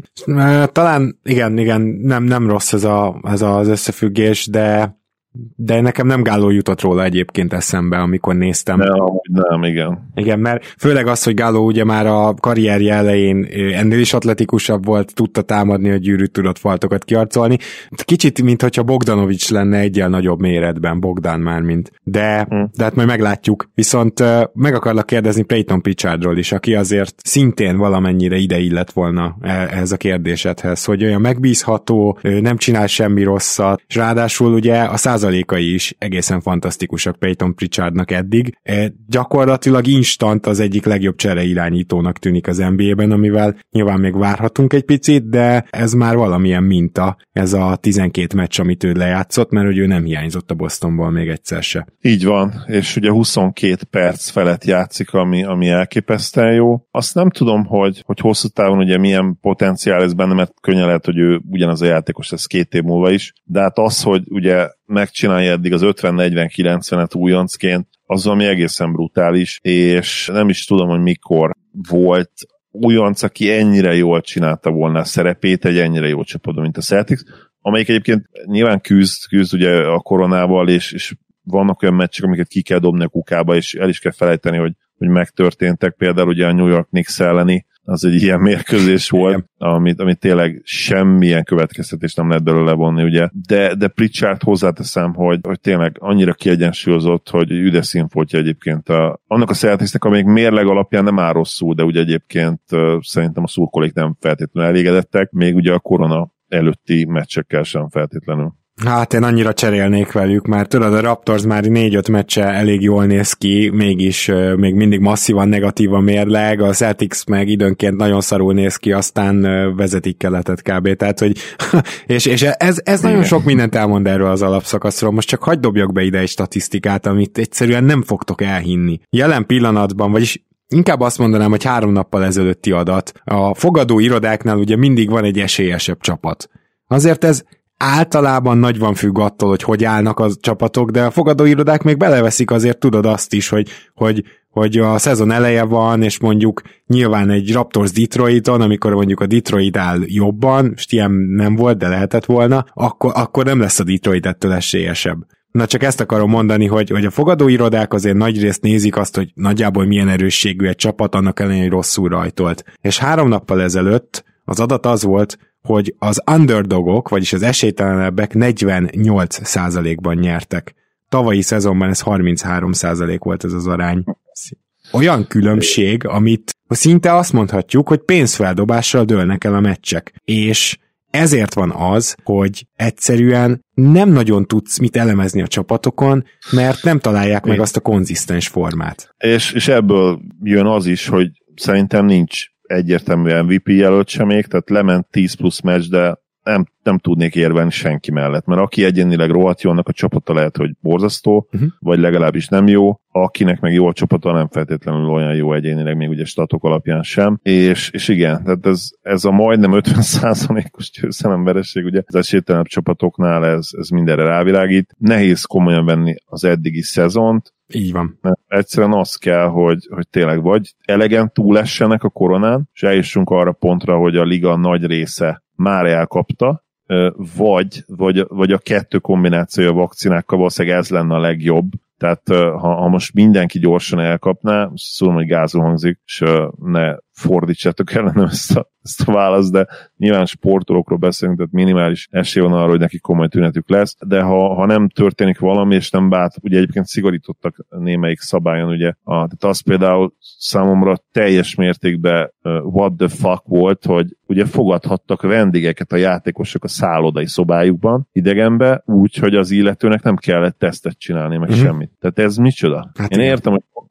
Mm. Talán igen, igen, nem, nem rossz ez, a, ez az összefüggés, de de nekem nem Gallo jutott róla egyébként eszembe, amikor néztem. Nem, amúgy nem, igen. Igen, mert főleg az, hogy Gallo ugye már a karrierje elején ennél is atletikusabb volt, tudta támadni, a gyűrűt tudott faltokat kiarcolni. Kicsit, mintha Bogdanovics lenne egyel nagyobb méretben, Bogdan már, mint. De, hmm. de hát majd meglátjuk. Viszont meg akarlak kérdezni Peyton Pritchardról is, aki azért szintén valamennyire ide illett volna ehhez a kérdésedhez, hogy olyan megbízható, nem csinál semmi rosszat, és ráadásul ugye a százalékai is egészen fantasztikusak Peyton Pritchardnak eddig. E, gyakorlatilag instant az egyik legjobb csereirányítónak tűnik az en bé á-ben, amivel nyilván még várhatunk egy picit, de ez már valamilyen minta, ez a tizenkét meccs, amit ő lejátszott, mert hogy ő nem hiányzott a Bostonból még egyszer se. Így van, és ugye huszonkét perc felett játszik, ami, ami elképesztően jó. Azt nem tudom, hogy, hogy hosszú távon ugye milyen potenciál ez benne, mert könnyen lehet, hogy ő ugyanaz a játékos lesz két év múlva is, de hát az, hogy ugye megcsinálja eddig az ötven negyven kilencvenet újoncként, az ami egészen brutális, és nem is tudom, hogy mikor volt újonc, aki ennyire jól csinálta volna a szerepét egy ennyire jó csapatban, mint a Celtics, amelyik egyébként nyilván küzd, küzd ugye a koronával, és, és vannak olyan meccsek, amiket ki kell dobni a kukába, és el is kell felejteni, hogy, hogy megtörténtek, például ugye a New York Knicks elleni, az egy ilyen mérkőzés volt, amit, amit tényleg semmilyen következtetés nem lehet belőle vonni, ugye. De, de Pritchard hozzáteszem, hogy, hogy tényleg annyira kiegyensúlyozott, hogy üde színfoltja egyébként a, annak a Celticsnek, amelyik mérleg alapján nem áll rosszul, de ugye egyébként uh, szerintem a szurkolók nem feltétlenül elégedettek, még ugye a korona előtti meccsekkel sem feltétlenül. Hát én annyira cserélnék velük, mert tudod, a Raptors már négy-öt meccse elég jól néz ki, mégis uh, még mindig masszívan negatív a mérleg, a Celtics meg időnként nagyon szarul néz ki, aztán uh, vezetik keletet kb. Tehát, hogy és, és ez, ez nagyon sok mindent elmond erről az alapszakaszról, most csak hagyd dobjak be ide egy statisztikát, amit egyszerűen nem fogtok elhinni. Jelen pillanatban, vagyis inkább azt mondanám, hogy három nappal ezelőtti adat, a fogadó irodáknál ugye mindig van egy esélyesebb csapat. Azért ez általában nagyban függ attól, hogy hogy állnak a csapatok, de a fogadóirodák még beleveszik azért, tudod azt is, hogy, hogy, hogy a szezon eleje van, és mondjuk nyilván egy Raptors Detroiton, amikor mondjuk a Detroit áll jobban, most ilyen nem volt, de lehetett volna, akkor, akkor nem lesz a Detroit ettől esélyesebb. Na csak ezt akarom mondani, hogy, hogy a fogadóirodák azért nagyrészt nézik azt, hogy nagyjából milyen erősségű egy csapat, annak ellenére, hogy rosszul rajtolt. És három nappal ezelőtt az adat az volt, hogy az underdogok, vagyis az esélytelenebbek negyvennyolc százalékban nyertek. Tavalyi szezonban ez harminchárom százalék volt ez az arány. Olyan különbség, amit szinte azt mondhatjuk, hogy pénzfeldobással dőlnek el a meccsek. És ezért van az, hogy egyszerűen nem nagyon tudsz mit elemezni a csapatokon, mert nem találják meg azt a konzisztens formát. És, és ebből jön az is, hogy szerintem nincs egyértelmű em vé pé jelölt sem még, tehát lement tíz plusz meccs, de nem, nem tudnék érvelni senki mellett, mert aki egyénileg rohadt jó, annak a csapata lehet, hogy borzasztó, uh-huh. vagy legalábbis nem jó, akinek meg jó a csapata, nem feltétlenül olyan jó egyénileg, még ugye statok alapján sem, és, és igen, tehát ez, ez a majdnem ötven százalékos győzelemveresség, ugye az esélytelenebb csapatoknál ez, ez mindenre rávilágít. Nehéz komolyan venni az eddigi szezont, így van. Mert egyszerűen az kell, hogy, hogy tényleg vagy elegen túlessenek a koronán, és eljussunk arra pontra, hogy a liga nagy része már elkapta, vagy, vagy, vagy a kettő kombinációja a vakcinákkal valószínűleg ez lenne a legjobb. Tehát ha, ha most mindenki gyorsan elkapná, szóval, hogy gázul hangzik, és ne fordítsátok ellenem ezt a, ezt a választ, de nyilván sportolókról beszélünk, tehát minimális esély van arra, hogy neki komoly tünetük lesz, de ha, ha nem történik valami, és nem bát, ugye egyébként szigorítottak némelyik szabályon, ugye, a, tehát az például számomra teljes mértékben uh, what the fuck volt, hogy ugye fogadhattak vendégeket a játékosok a szállodai szobájukban, idegenbe, úgy, hogy az illetőnek nem kellett tesztet csinálni, meg mm-hmm. semmit. Tehát ez micsoda? Hát Én igen. értem, hogy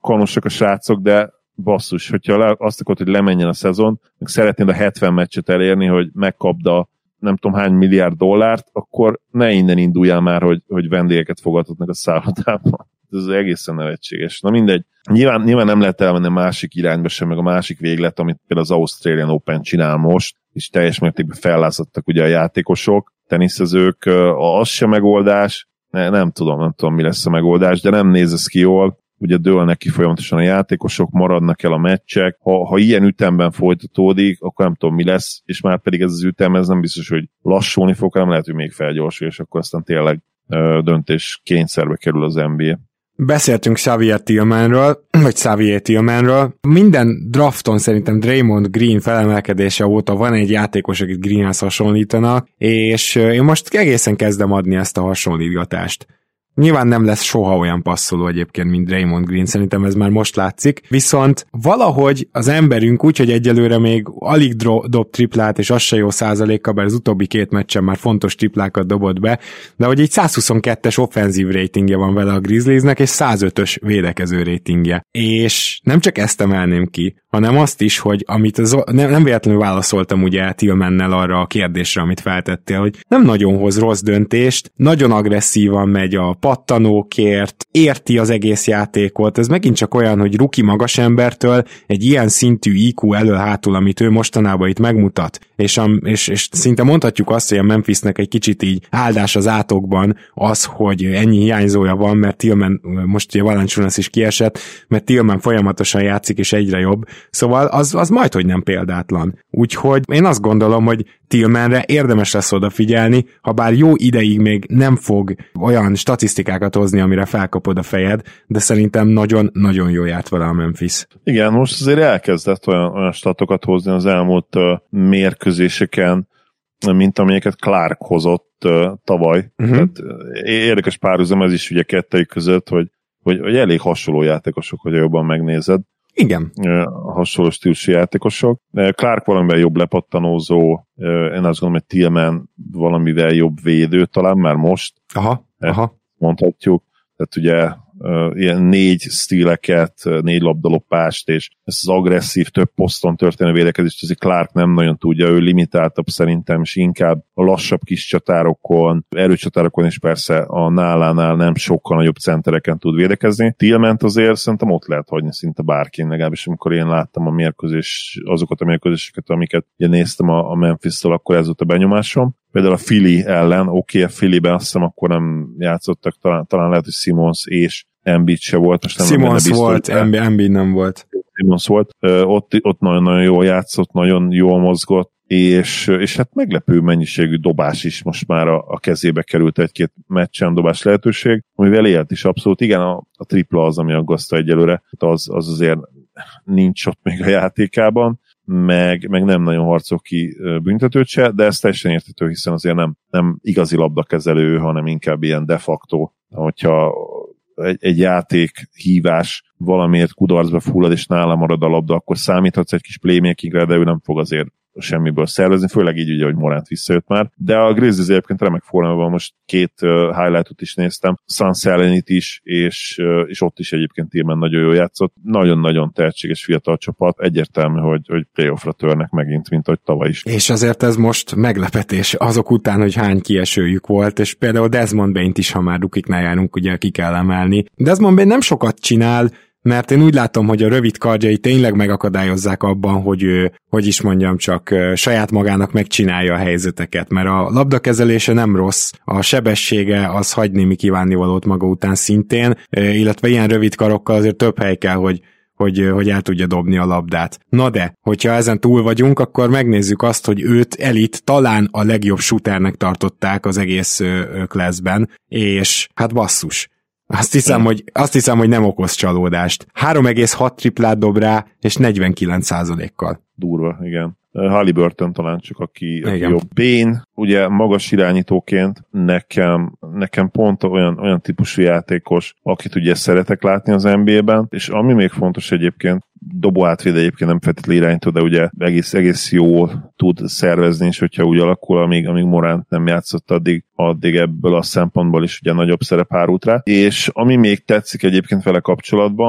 kalmosak a srácok, de basszus, hogyha le, azt akarod, hogy lemenjen a szezon, meg szeretnéd a hetven meccset elérni, hogy megkapd a nem tudom hány milliárd dollárt, akkor ne innen induljál már, hogy, hogy vendégeket fogadhatnak a szállodában. Ez egészen nevetséges. Na mindegy. Nyilván, nyilván nem lehet elmenni a másik irányba sem, meg a másik véglet, amit például az Australian Open csinál most, és teljes mértékben fellázadtak ugye a játékosok, teniszezők, az sem megoldás, ne, nem tudom, nem tudom mi lesz a megoldás, de nem néz ez ki jól, ugye dőlnek ki folyamatosan a játékosok, maradnak el a meccsek, ha, ha ilyen ütemben folytatódik, akkor nem tudom mi lesz, és már pedig ez az ütem, ez nem biztos, hogy lassulni fog, hanem lehet, hogy még felgyorsul, és akkor aztán tényleg ö, döntés kényszerbe kerül az en bé á. Beszéltünk Xavier Tillmanről, vagy Xavier Tillmanről. Minden drafton szerintem Draymond Green felemelkedése óta van egy játékos, akit Greenhez hasonlítanak, és én most egészen kezdem adni ezt a hasonlítgatást. Nyilván nem lesz soha olyan passzoló egyébként, mint Draymond Green, szerintem ez már most látszik, viszont valahogy az emberünk úgy, hogy egyelőre még alig dob triplát, és az se jó százaléka, bár az utóbbi két meccsen már fontos triplákat dobott be, de hogy egy száz huszonkettes offenzív ratingje van vele a Grizzliesnek, és száz ötös védekező ratingje. És nem csak ezt emelném ki, hanem azt is, hogy amit az, nem, nem véletlenül válaszoltam ugye Tillmannel arra a kérdésre, amit feltettél, hogy nem nagyon hoz rossz döntést, nagyon agresszívan megy a pattanókért, érti az egész játékot, ez megint csak olyan, hogy rookie magas embertől egy ilyen szintű í kú elől-hátul, amit ő mostanában itt megmutat, és, a, és, és szinte mondhatjuk azt, hogy a Memphisnek egy kicsit így áldás az átokban az, hogy ennyi hiányzója van, mert Tillman, most ugye Valanciunas is kiesett, mert Tillman folyamatosan játszik, és egyre jobb, szóval az, az majdhogy nem példátlan. Úgyhogy én azt gondolom, hogy Tillmanre érdemes lesz odafigyelni, ha bár jó ideig még nem fog olyan statisztikákat hozni, amire felkapod a fejed, de szerintem nagyon-nagyon jól járt vele a Memphis. Igen, most azért elkezdett olyan, olyan statokat hozni az elmúlt uh, mérkőzéseken, mint amelyeket Clark hozott uh, tavaly. Uh-huh. Tehát uh, érdekes párhuzam ez is ugye kettőjük között, hogy, hogy, hogy elég hasonló játékosok, hogy jobban megnézed. Igen. Hasonló stílusú játékosok. Clark valamivel jobb lepattanózó, én azt gondolom, hogy Tillman valamivel jobb védő, talán már most. Aha, aha. Mondhatjuk. Tehát ugye ilyen négy stíleket, négy labdalopást, és ezt az agresszív, több poszton történő védekezést, azért Clark nem nagyon tudja, ő limitáltabb szerintem, és inkább a lassabb kis csatárokon, erőcsatárokon is persze a nálánál nem sokkal nagyobb centereken tud védekezni. Tillmant azért szerintem ott lehet hagyni szinte bárkin, legalábbis amikor én láttam a mérkőzés, azokat a mérkőzéseket, amiket én néztem a Memphis-től, akkor ez volt a benyomásom. Például a Philly ellen, oké, okay, a Phillyben azt hiszem akkor nem játszottak, talán, talán lehet, hogy Simmons és Embiid se volt. Most nem Simmons volt, Embiid nem volt. Simmons volt. Ott, ott nagyon-nagyon jól játszott, nagyon jól mozgott, és, és hát meglepő mennyiségű dobás is most már a, a kezébe került egy-két meccsen dobás lehetőség, amivel élt is abszolút. Igen, a, a tripla az, ami aggaszta egyelőre, az, az azért nincs ott még a játékában, meg, meg nem nagyon harcol ki büntetőt se, de ez teljesen érthető, hiszen azért nem, nem igazi labdakezelő, hanem inkább ilyen de facto, hogyha egy, egy játék hívás valamiért kudarcba fullad, és nála marad a labda, akkor számíthatsz egy kis playmakingre, de ő nem fog azért semmiből szervezni, főleg így ugye, hogy Morant visszajött már. De a Grizzlies egyébként remek formában, most két uh, highlightot is néztem, Suns ellenit is, és, uh, és ott is egyébként Tillman nagyon jól játszott. Nagyon-nagyon tehetséges fiatal csapat, egyértelmű, hogy, hogy playoffra törnek megint, mint ahogy tavaly is. És azért ez most meglepetés azok után, hogy hány kiesőjük volt, és például Desmond Bane-t is, ha már rukiknál járunk, ugye ki kell emelni. Desmond Bane nem sokat csinál, mert én úgy látom, hogy a rövid kardjai tényleg megakadályozzák abban, hogy ő, hogy is mondjam, csak saját magának megcsinálja a helyzeteket, mert a labdakezelése nem rossz, a sebessége az hagy némi kívánnivalót maga után szintén, illetve ilyen rövid karokkal azért több hely kell, hogy Hogy, hogy el tudja dobni a labdát. Na de, hogyha ezen túl vagyunk, akkor megnézzük azt, hogy őt elit talán a legjobb shooternek tartották az egész classben, és hát basszus. Azt hiszem, hogy, azt hiszem, hogy nem okoz csalódást. három egész hat triplát dob rá, és negyvenkilenc százalékkal. Durva, igen. Halliburton talán csak, aki, aki jobb. Bane, ugye magas irányítóként nekem, nekem pont olyan, olyan típusú játékos, akit ugye szeretek látni az en bé á-ben, és ami még fontos egyébként, dobó átvéd egyébként nem feltétlenül irányító, de ugye egész, egész jól tud szervezni, és hogyha úgy alakul, amíg, amíg Morant nem játszott, addig, addig ebből a szempontból is ugye nagyobb szerep hárult rá. És ami még tetszik egyébként vele kapcsolatban,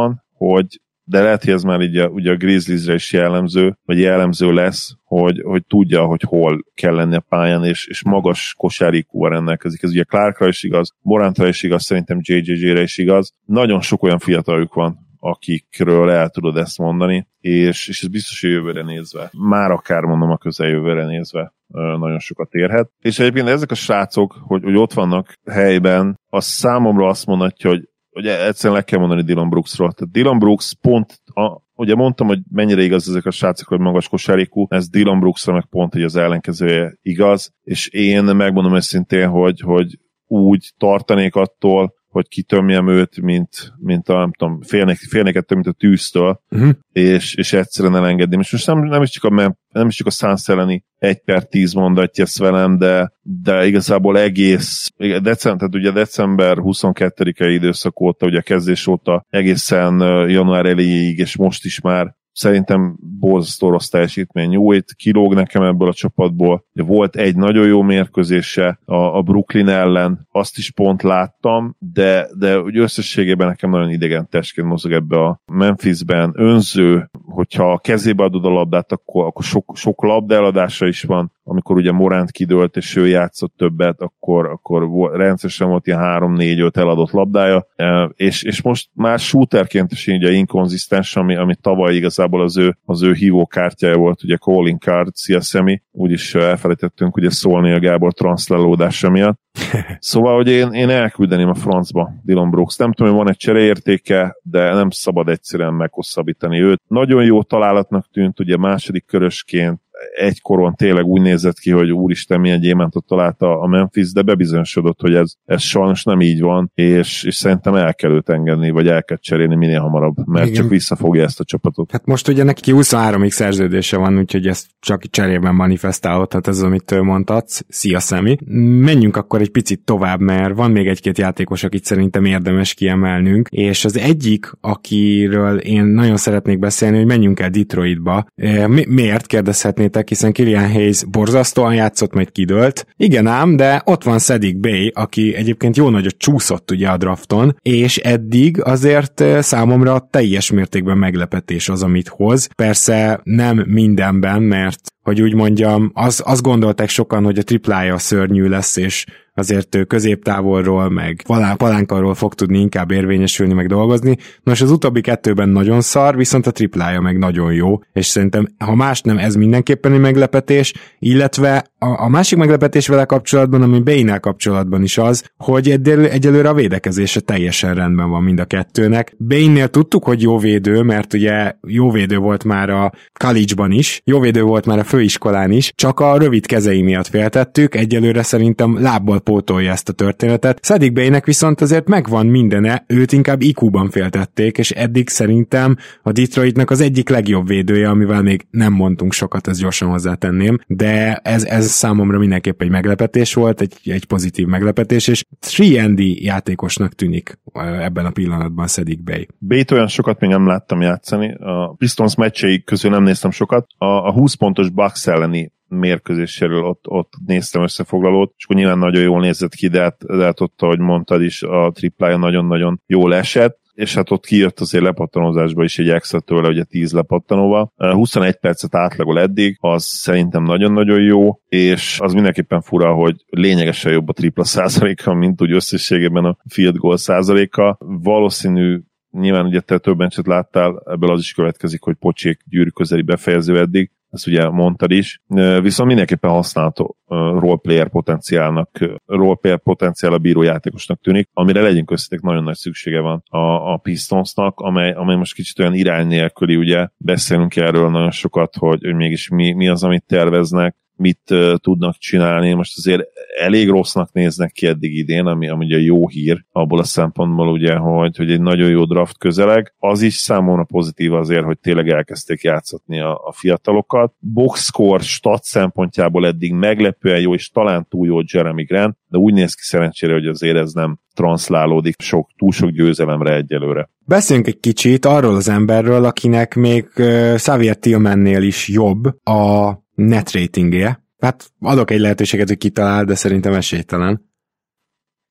hogy de lehet, hogy ez már így a, ugye a Grizzliesre is jellemző, vagy jellemző lesz, hogy, hogy tudja, hogy hol kell lenni a pályán, és, és magas kosárikúval rendelkezik. Ez ugye Clarkra is igaz, Morantra is igaz, szerintem jé jé jé-re is igaz. Nagyon sok olyan fiataljuk van, akikről el tudod ezt mondani, és, és ez biztos, hogy jövőre nézve, már akár mondom a közeljövőre nézve nagyon sokat érhet. És egyébként ezek a srácok, hogy, hogy ott vannak helyben, az számomra azt mondatja, hogy ugye egyszerűen le kell mondani Dillon Brooksról. Tehát Dillon Brooks pont, a, ugye mondtam, hogy mennyire igaz ezek a srácok, hogy magas kosárikú, ez Dillon Brooksra meg pont, hogy az ellenkezője igaz, és én megmondom őszintén, hogy, hogy úgy tartanék attól, hogy kitömjem őt, mint, mint a, nem tudom, félnék, félnék ettől, mint a tűztől, uh-huh. és, és egyszerűen elengedném. És most nem, nem is csak a, nem is csak a Suns elleni egy per tíz mondatja ezt velem, de, de igazából egész, december, tehát ugye december huszonkettedike időszak óta, ugye a kezdés óta egészen január elejéig, és most is már szerintem borzasztó rossz teljesítmény. Jó, itt kilóg nekem ebből a csapatból. Volt egy nagyon jó mérkőzése a, a Brooklyn ellen, azt is pont láttam, de, de úgy összességében nekem nagyon idegen testként mozog ebbe a Memphisben. Önző, hogyha a kezébe adod a labdát, akkor, akkor sok, sok labda eladása is van. Amikor ugye Morant kidőlt, és ő játszott többet, akkor, akkor rendszeresen volt ilyen három négy öt eladott labdája, és, és most már shooterként is ugye inkonzisztens, ami, ami tavaly igazából az ő, az ő hívókártyája volt, ugye calling card, szia Szemi, úgyis elfelejtettünk ugye szólni a Gábor transzlelódása miatt. Szóval, hogy én, én elküldeném a francba Dillon Brooks. Nem tudom, hogy van egy csereértéke, de nem szabad egyszerűen meghosszabbítani őt. Nagyon jó találatnak tűnt, ugye második körösként, egykoron tényleg úgy nézett ki, hogy úristen, milyen gyémántot találta a Memphis, de bebizonyosodott, hogy ez, ez sajnos nem így van, és, és szerintem el kell őt engedni, vagy el kell cserélni minél hamarabb, mert igen. Csak visszafogja ezt a csapatot. Hát most ugye neki huszonháromig szerződése van, úgyhogy ezt csak cserében manifestálódhat, ez amit mondtad. Szia, Szemi. Menjünk akkor egy picit tovább, mert van még egy-két játékos, akit szerintem érdemes kiemelnünk, és az egyik, akiről én nagyon szeretnék beszélni, hogy menjünk el Detroitba. Mi- miért kérdezhetnéd, hiszen Killian Hayes borzasztóan játszott, majd kidőlt. Igen ám, de ott van Saddiq Bey, aki egyébként jó nagyot csúszott ugye a drafton, és eddig azért számomra teljes mértékben meglepetés az, amit hoz. Persze nem mindenben, mert hogy úgy mondjam, az, azt gondolták sokan, hogy a triplája szörnyű lesz, és azért középtávolról, meg palánkarról fog tudni inkább érvényesülni, meg dolgozni. Nos, az utóbbi kettőben nagyon szar, viszont a triplája meg nagyon jó, és szerintem, ha más nem, ez mindenképpen egy meglepetés, illetve a, a másik meglepetés vele kapcsolatban, ami Baynel kapcsolatban is az, hogy egyelőre, egyelőre a védekezése teljesen rendben van mind a kettőnek. Baynnél tudtuk, hogy jó védő, mert ugye jó védő volt már a college-ban is, jó védő volt már a főiskolán is, csak a rövid kezei miatt féltettük, egyelőre szerintem lábból pótolja ezt a történetet. Saddiq Beynek viszont azért megvan mindene, őt inkább í kú-ban féltették, és eddig szerintem a Detroitnak az egyik legjobb védője, amivel még nem mondtunk sokat, ezt gyorsan hozzátenném, de ez, ez számomra mindenképp egy meglepetés volt, egy, egy pozitív meglepetés, és három and dé játékosnak tűnik ebben a pillanatban Saddiq Bey. Beyt olyan sokat még nem láttam játszani, a Pistons meccsei közül nem néztem sokat, a, a húsz pontos Bucks elleni mérkőzéséről ott, ott néztem összefoglalót, és akkor nyilván nagyon jól nézett ki, de hát, de hát ott, ahogy mondtad is, a triplája nagyon-nagyon jól esett, és hát ott kijött azért lepattanózásba is egy extra tőle, ugye tíz lepattanóval. huszonegy percet átlagol eddig, az szerintem nagyon-nagyon jó, és az mindenképpen fura, hogy lényegesen jobb a tripla százaléka, mint úgy összességében a field goal százaléka. Valószínű, nyilván ugye te több meccset láttál, ebből az is következik, hogy Pocsék gyűrű közeli befejező eddig, ezt ugye mondtad is, viszont mindenképpen használható roleplayer potenciálnak, roleplayer potenciál a bírójátékosnak tűnik, amire legyünk összetek nagyon nagy szüksége van a, a Pistonsnak, amely, amely most kicsit olyan irány nélküli, ugye beszélünk erről nagyon sokat, hogy, hogy mégis mi, mi az, amit terveznek, mit uh, tudnak csinálni. Most azért elég rossznak néznek ki eddig idén, ami, ami ugye jó hír abból a szempontból, ugye, hogy, hogy egy nagyon jó draft közeleg. Az is számomra pozitív azért, hogy tényleg elkezdték játszatni a, a fiatalokat. Boxscore stat szempontjából eddig meglepően jó, és talán túl jó Jeremy Grant, de úgy néz ki szerencsére, hogy azért ez nem transzlálódik sok, túl sok győzelemre egyelőre. Beszéljünk egy kicsit arról az emberről, akinek még uh, Xavier Tillmannél is jobb a net ratingje. Hát adok egy lehetőséget, hogy kitalál, de szerintem esélytelen.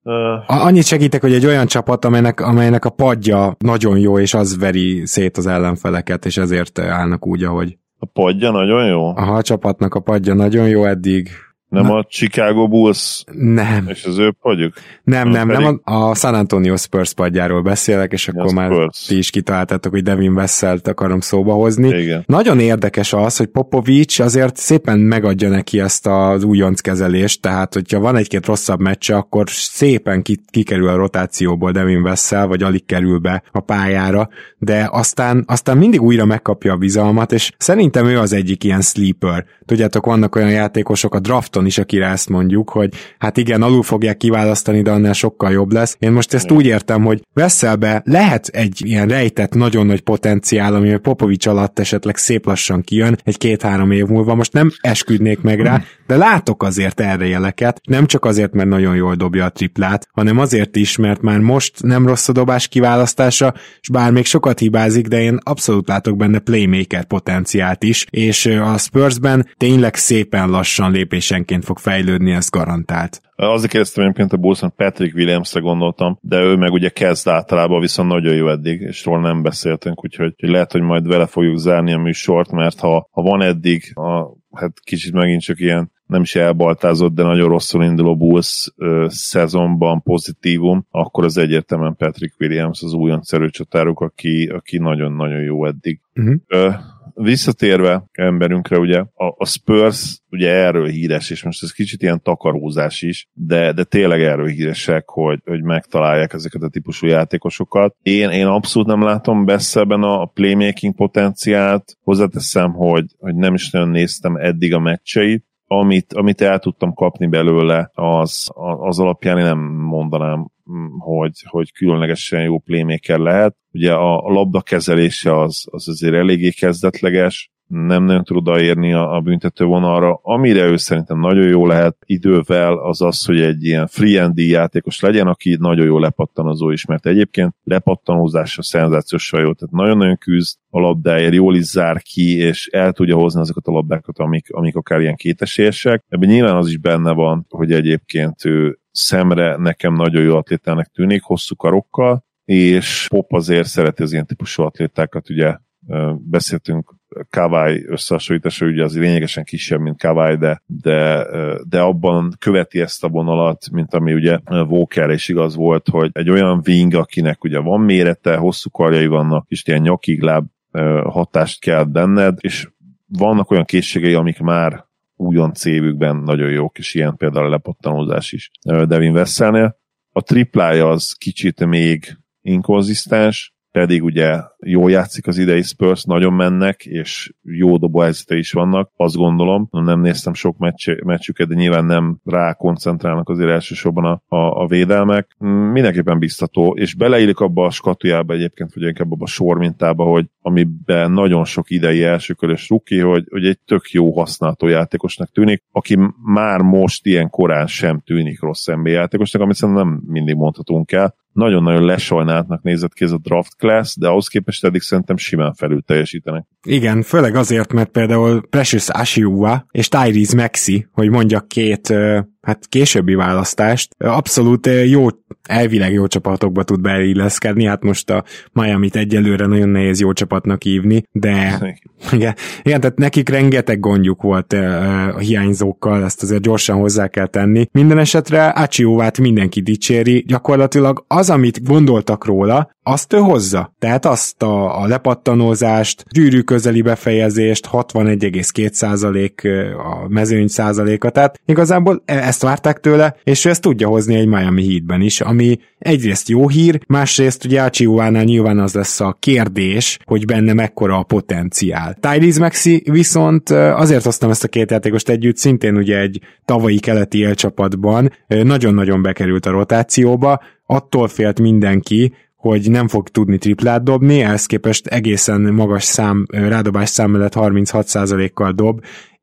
Uh, Annyit segítek, hogy egy olyan csapat, amelynek, amelynek a padja nagyon jó, és az veri szét az ellenfeleket, és ezért állnak úgy, ahogy. A padja nagyon jó? Aha, a csapatnak a padja nagyon jó eddig. Nem Na. a Chicago Bulls? Nem. És az ő padjuk? Nem, nem, nem, nem a, a San Antonio Spurs padjáról beszélek, és akkor ja, már Spurs. Ti is kitaláltátok, hogy Devin Vassell-t akarom szóba hozni. Igen. Nagyon érdekes az, hogy Popovich azért szépen megadja neki ezt az újonc kezelést, tehát hogyha van egy-két rosszabb meccse, akkor szépen kikerül a rotációból Devin Vassell, vagy alig kerül be a pályára, de aztán, aztán mindig újra megkapja a bizalmat, és szerintem ő az egyik ilyen sleeper. Tudjátok, vannak olyan játékosok a drafton is, akire ezt mondjuk, hogy hát igen, alul fogják kiválasztani, de annál sokkal jobb lesz. Én most ezt úgy értem, hogy Vassellbe lehet egy ilyen rejtett, nagyon nagy potenciál, ami Popovich alatt esetleg szép lassan kijön, egy két-három év múlva. Most nem esküdnék meg rá, de látok azért erre jeleket, nem csak azért, mert nagyon jól dobja a triplát, hanem azért is, mert már most nem rossz a dobás kiválasztása, és bár még sokat hibázik, de én abszolút látok benne playmaker potenciált is, és a Spursben tényleg szépen lassan lépésenként fog fejlődni, ezt garantált. Azért kérdeztem egyébként a Bulls-on, Patrick Williams-re gondoltam, de ő meg ugye kezd általában, viszont nagyon jó eddig, és róla nem beszéltünk, úgyhogy lehet, hogy majd vele fogjuk zárni a műsort, mert ha, ha van eddig, a, hát kicsit megint csak ilyen nem is elbaltázott, de nagyon rosszul induló Bulls ö, szezonban pozitívum, akkor az egyértelműen Patrick Williams, az újonc erőcsatáruk, aki, aki nagyon-nagyon jó eddig. Uh-huh. Ö, Visszatérve emberünkre, ugye, a, a Spurs ugye erről híres, és most ez kicsit ilyen takarózás is, de, de tényleg erről híresek, hogy, hogy megtalálják ezeket a típusú játékosokat. Én, én abszolút nem látom Vassellben a playmaking potenciált, hozzáteszem, hogy, hogy nem is nagyon néztem eddig a meccseit, amit, amit el tudtam kapni belőle, az, az alapján én nem mondanám, hogy, hogy különlegesen jó playmaker lehet. Ugye a, a labda kezelése az, az azért eléggé kezdetleges, nem nagyon tud odaérni a, a büntető vonalra. Amire ő szerintem nagyon jó lehet idővel, az az, hogy egy ilyen free and D játékos legyen, aki nagyon jó lepattanozó is, mert egyébként lepattanózása szenzációsan jó, tehát nagyon-nagyon küzd a labdáért, jól is zár ki, és el tudja hozni azokat a labdákat, amik, amik akár ilyen kétesélyesek. Ebben nyilván az is benne van, hogy egyébként ő szemre nekem nagyon jó atlétának tűnik, hosszú karokkal, és Pop azért szereti az ilyen típusú atlétákat, ugye beszéltünk Kawhi összehasonlítása, ugye az lényegesen kisebb, mint Kawhi, de, de, de abban követi ezt a vonalat, mint ami ugye Walker is igaz volt, hogy egy olyan wing, akinek ugye van mérete, hosszú karjai vannak, és ilyen nyakigláb hatást kell benned, és vannak olyan készségei, amik már újonc évükben nagyon jók, és ilyen például a lepattanózás is Devin Vassellnél. A triplája az kicsit még inkonzisztens, pedig ugye jól játszik az idei Spurs, nagyon mennek, és jó dobóhelyzetei is vannak, azt gondolom. Nem néztem sok meccs, meccsüket, de nyilván nem rá koncentrálnak azért elsősorban a, a, a védelmek. Mindenképpen biztató, és beleillik abba a skatujába egyébként, vagy inkább abba a sormintába, hogy amiben nagyon sok idei elsőkörös rookie, hogy, hogy egy tök jó használható játékosnak tűnik, aki már most ilyen korán sem tűnik rossz en bé á játékosnak, amit szerintem nem mindig mondhatunk el. Nagyon-nagyon lesajnáltnak nézett ki ez a draft class, de ahhoz képest eddig szerintem simán felül teljesítenek. Igen, főleg azért, mert például Precious Achiuwa és Tyrese Maxey, hogy mondjak két hát későbbi választást, abszolút jó, elvileg jó csapatokba tud beilleszkedni, hát most a Miamit egyelőre nagyon nehéz jó csapatnak hívni, de igen, igen, tehát nekik rengeteg gondjuk volt a hiányzókkal, ezt azért gyorsan hozzá kell tenni. Minden esetre Achiuwát mindenki dicséri, gyakorlatilag az, amit gondoltak róla, azt ő hozza. Tehát azt a, a lepattanózást, gyűrű közeli befejezést, hatvanegy egész két százalék a mezőny százaléka, tehát igazából ezt várták tőle, és ő ezt tudja hozni egy Miami Heatben is, ami egyrészt jó hír, másrészt ugye Achiuwánál nyilván az lesz a kérdés, hogy benne mekkora a potenciál. Tyrese Maxey viszont azért hoztam ezt a két játékost együtt, szintén ugye egy tavalyi keleti élcsapatban nagyon-nagyon bekerült a rotációba, attól félt mindenki, hogy nem fog tudni triplát dobni, ehhez képest egészen magas szám, rádobás szám mellett harminchat százalékkal dob,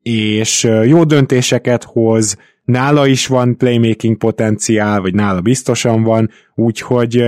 és jó döntéseket hoz, nála is van playmaking potenciál, vagy nála biztosan van, úgyhogy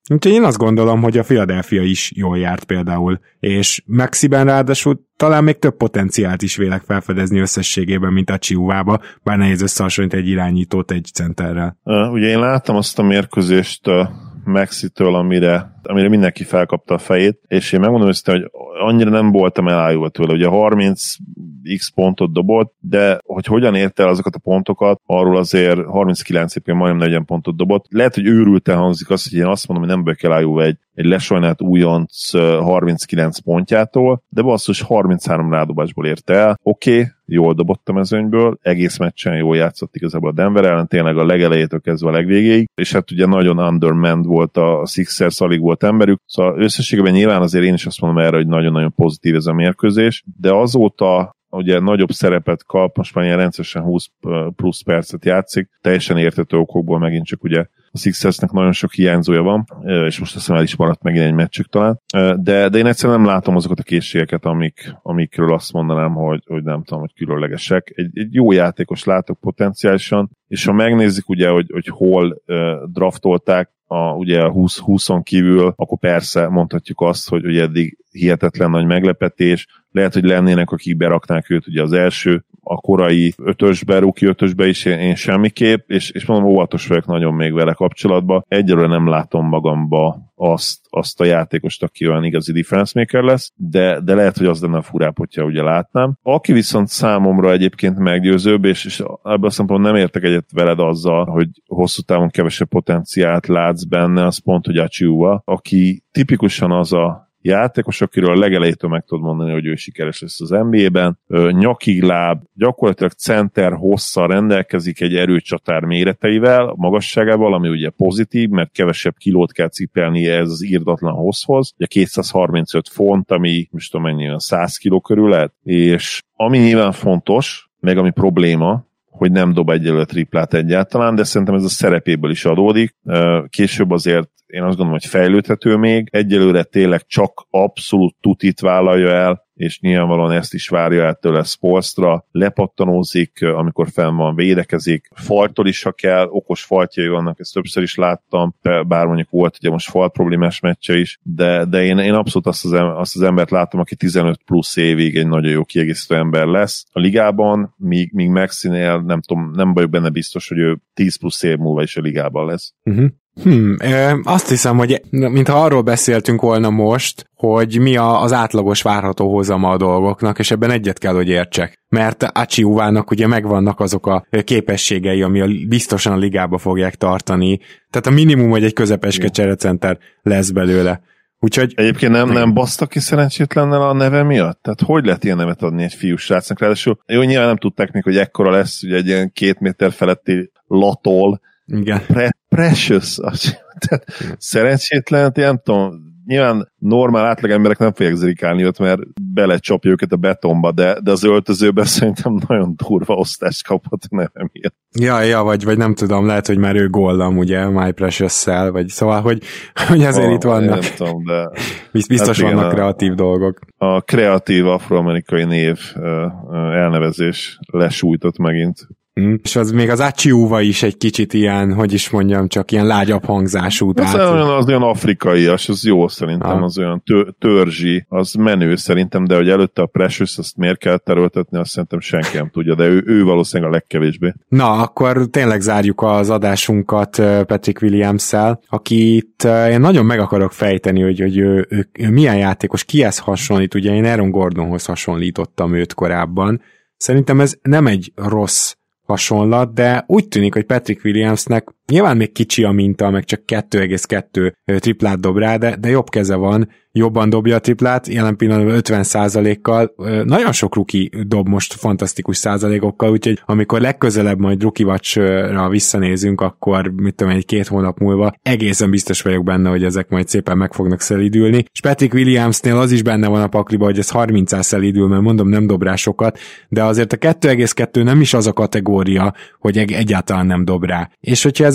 Úgyhogy én azt gondolom, hogy a Philadelphia is jól járt például, és Maxiben ráadásul talán még több potenciált is vélek felfedezni összességében, mint a Chiuvába, bár nehéz összehasonlítani egy irányítót egy centerrel. Uh, ugye én láttam azt a mérkőzést uh, Maxitől, amire, amire mindenki felkapta a fejét, és én megmondom őszintén, hogy annyira nem voltam elájulva tőle. Ugye harminc x pontot dobott, de hogy hogyan érte el azokat a pontokat, arról azért harminckilenc éppen majdnem negyven pontot dobott. Lehet, hogy őrülten hangzik az, hogy én azt mondom, hogy nem vagyok elájulva egy, egy lesajnált újonc harminckilenc pontjától, de basszus harminchárom rádobásból érte el. Oké, okay, jól dobott a mezőnyből, egész meccsen jól játszott igazából a Denver ellen, tényleg a legelejétől kezdve a legvégéig, és hát ugye nagyon undermanned volt a Sixers, alig volt emberük, szóval összességében nyilván azért én is azt mondom erre, hogy nagyon-nagyon pozitív ez a mérkőzés, de azóta ugye nagyobb szerepet kap, most már ilyen rendszeresen húsz plusz percet játszik, teljesen értető okokból megint csak ugye a Sixersnek nagyon sok hiányzója van, és most azt hiszem el is maradt megint egy meccsük talán, de, de én egyszerűen nem látom azokat a készségeket, amik, amikről azt mondanám, hogy, hogy nem tudom, hogy különlegesek. Egy, egy jó játékos látok potenciálisan, és ha megnézzük ugye, hogy, hogy hol uh, draftolták, a, ugye a húsz húszon kívül, akkor persze mondhatjuk azt, hogy ugye eddig hihetetlen nagy meglepetés, lehet, hogy lennének, akik beraknák őt ugye az első, a korai ötösbe, rookie ötösbe is én, én semmiképp, és, és mondom, óvatos vagyok nagyon még vele kapcsolatban. Egyelőre nem látom magamba azt, azt a játékost, aki olyan igazi difference maker lesz, de, de lehet, hogy az lenne furább, hogyha ugye látnám. Aki viszont számomra egyébként meggyőzőbb, és, és ebből a szempontból nem értek egyet veled azzal, hogy hosszú távon kevesebb potenciált látsz benne, az pont, hogy Achiuwa, aki tipikusan az a játékos, akiről a legelejétől meg tudod mondani, hogy ő sikeres lesz az en bé á-ben. Nyakig láb, gyakorlatilag center hosszal rendelkezik egy erőcsatár méreteivel, magasságával, ami ugye pozitív, mert kevesebb kilót kell cipelnie ez az irdatlan hosszhoz. Ugye kétszázharmincöt font, ami most tudom mennyi, száz kiló körül lehet, és ami nyilván fontos, meg ami probléma, hogy nem dob egyelőre triplát egyáltalán, de szerintem ez a szerepéből is adódik. Később azért én azt gondolom, hogy fejlődhető még. Egyelőre tényleg csak abszolút tutit vállalja el, és nyilvánvalóan ezt is várja el tőle Spoelstra, lepattanózik, amikor fenn van, védekezik, faltól is, ha kell, okos faltjai vannak, ezt többször is láttam, bár mondjuk volt ugye most falt problémás meccse is, de, de én, én abszolút azt az, azt az embert látom, aki tizenöt plusz évig egy nagyon jó kiegészítő ember lesz a ligában, míg, míg Maxinél nem tudom, nem vagyok benne biztos, hogy ő tíz plusz év múlva is a ligában lesz. Uh-huh. Hmm, ö, azt hiszem, hogy mintha arról beszéltünk volna most, hogy mi a, az átlagos várható hozama a dolgoknak, és ebben egyet kell, hogy értsek. Mert Achiuwának ugye megvannak azok a képességei, ami a, biztosan a ligába fogják tartani. Tehát a minimum, hogy egy közepes cserecenter lesz belőle. Úgyhogy... Egyébként nem, nem basztak ki szerencsétlennel a neve miatt? Tehát hogy lehet ilyen nevet adni egy fiús srácnak? Ráadásul jó, nyilván nem tudták még, hogy ekkora lesz, ugye egy ilyen két méter feletti latol. Igen. Pre- precious. Tehát szerencsétlen, nem tudom, nyilván normál átlag emberek nem fogják zrikálni ott, mert belecsapja őket a betonba, de, de az öltözőben szerintem nagyon durva osztást kaphat a neve miatt. Ja, ja, vagy, vagy nem tudom, lehet, hogy már ő Gollam, ugye, My Precious-szel, vagy szóval, hogy, hogy azért ah, itt vannak. Nem tudom, de... Biztos hát vannak a, kreatív dolgok. A kreatív afroamerikai név elnevezés lesújtott megint. Mm. És az még az Achiuwa is egy kicsit ilyen, hogy is mondjam, csak ilyen lágyabb hangzású. Az, tehát... olyan, az olyan afrikaias, az jó szerintem, ah. az olyan tö- törzsi, az menő szerintem, de hogy előtte a Precious, azt miért kell terültetni, azt szerintem senki nem tudja, de ő, ő valószínűleg a legkevésbé. Na, akkor tényleg zárjuk az adásunkat Patrick Williams-szel, akit én nagyon meg akarok fejteni, hogy, hogy ő, ő, ő milyen játékos, kihez hasonlít, ugye én Aaron Gordonhoz hasonlítottam őt korábban. Szerintem ez nem egy rossz hasonlat, de úgy tűnik, hogy Patrick Williamsnek nyilván még kicsi a minta, meg csak kettő egész kettő triplát dob rá, de, de jobb keze van, jobban dobja a triplát, jelen pillanatban ötven százalékkal, nagyon sok ruki dob most fantasztikus százalékokkal, úgyhogy amikor legközelebb majd Rookie Watch-ra visszanézünk, akkor mit tudom, egy két hónap múlva egészen biztos vagyok benne, hogy ezek majd szépen meg fognak szelidülni, és Patrick Williamsnél az is benne van a pakliba, hogy ez harminccal szelidül, mert mondom, nem dob rá sokat, de azért a kettő egész kettő nem is az a kategória, hogy egyáltalán nem dob rá. És hogyha ez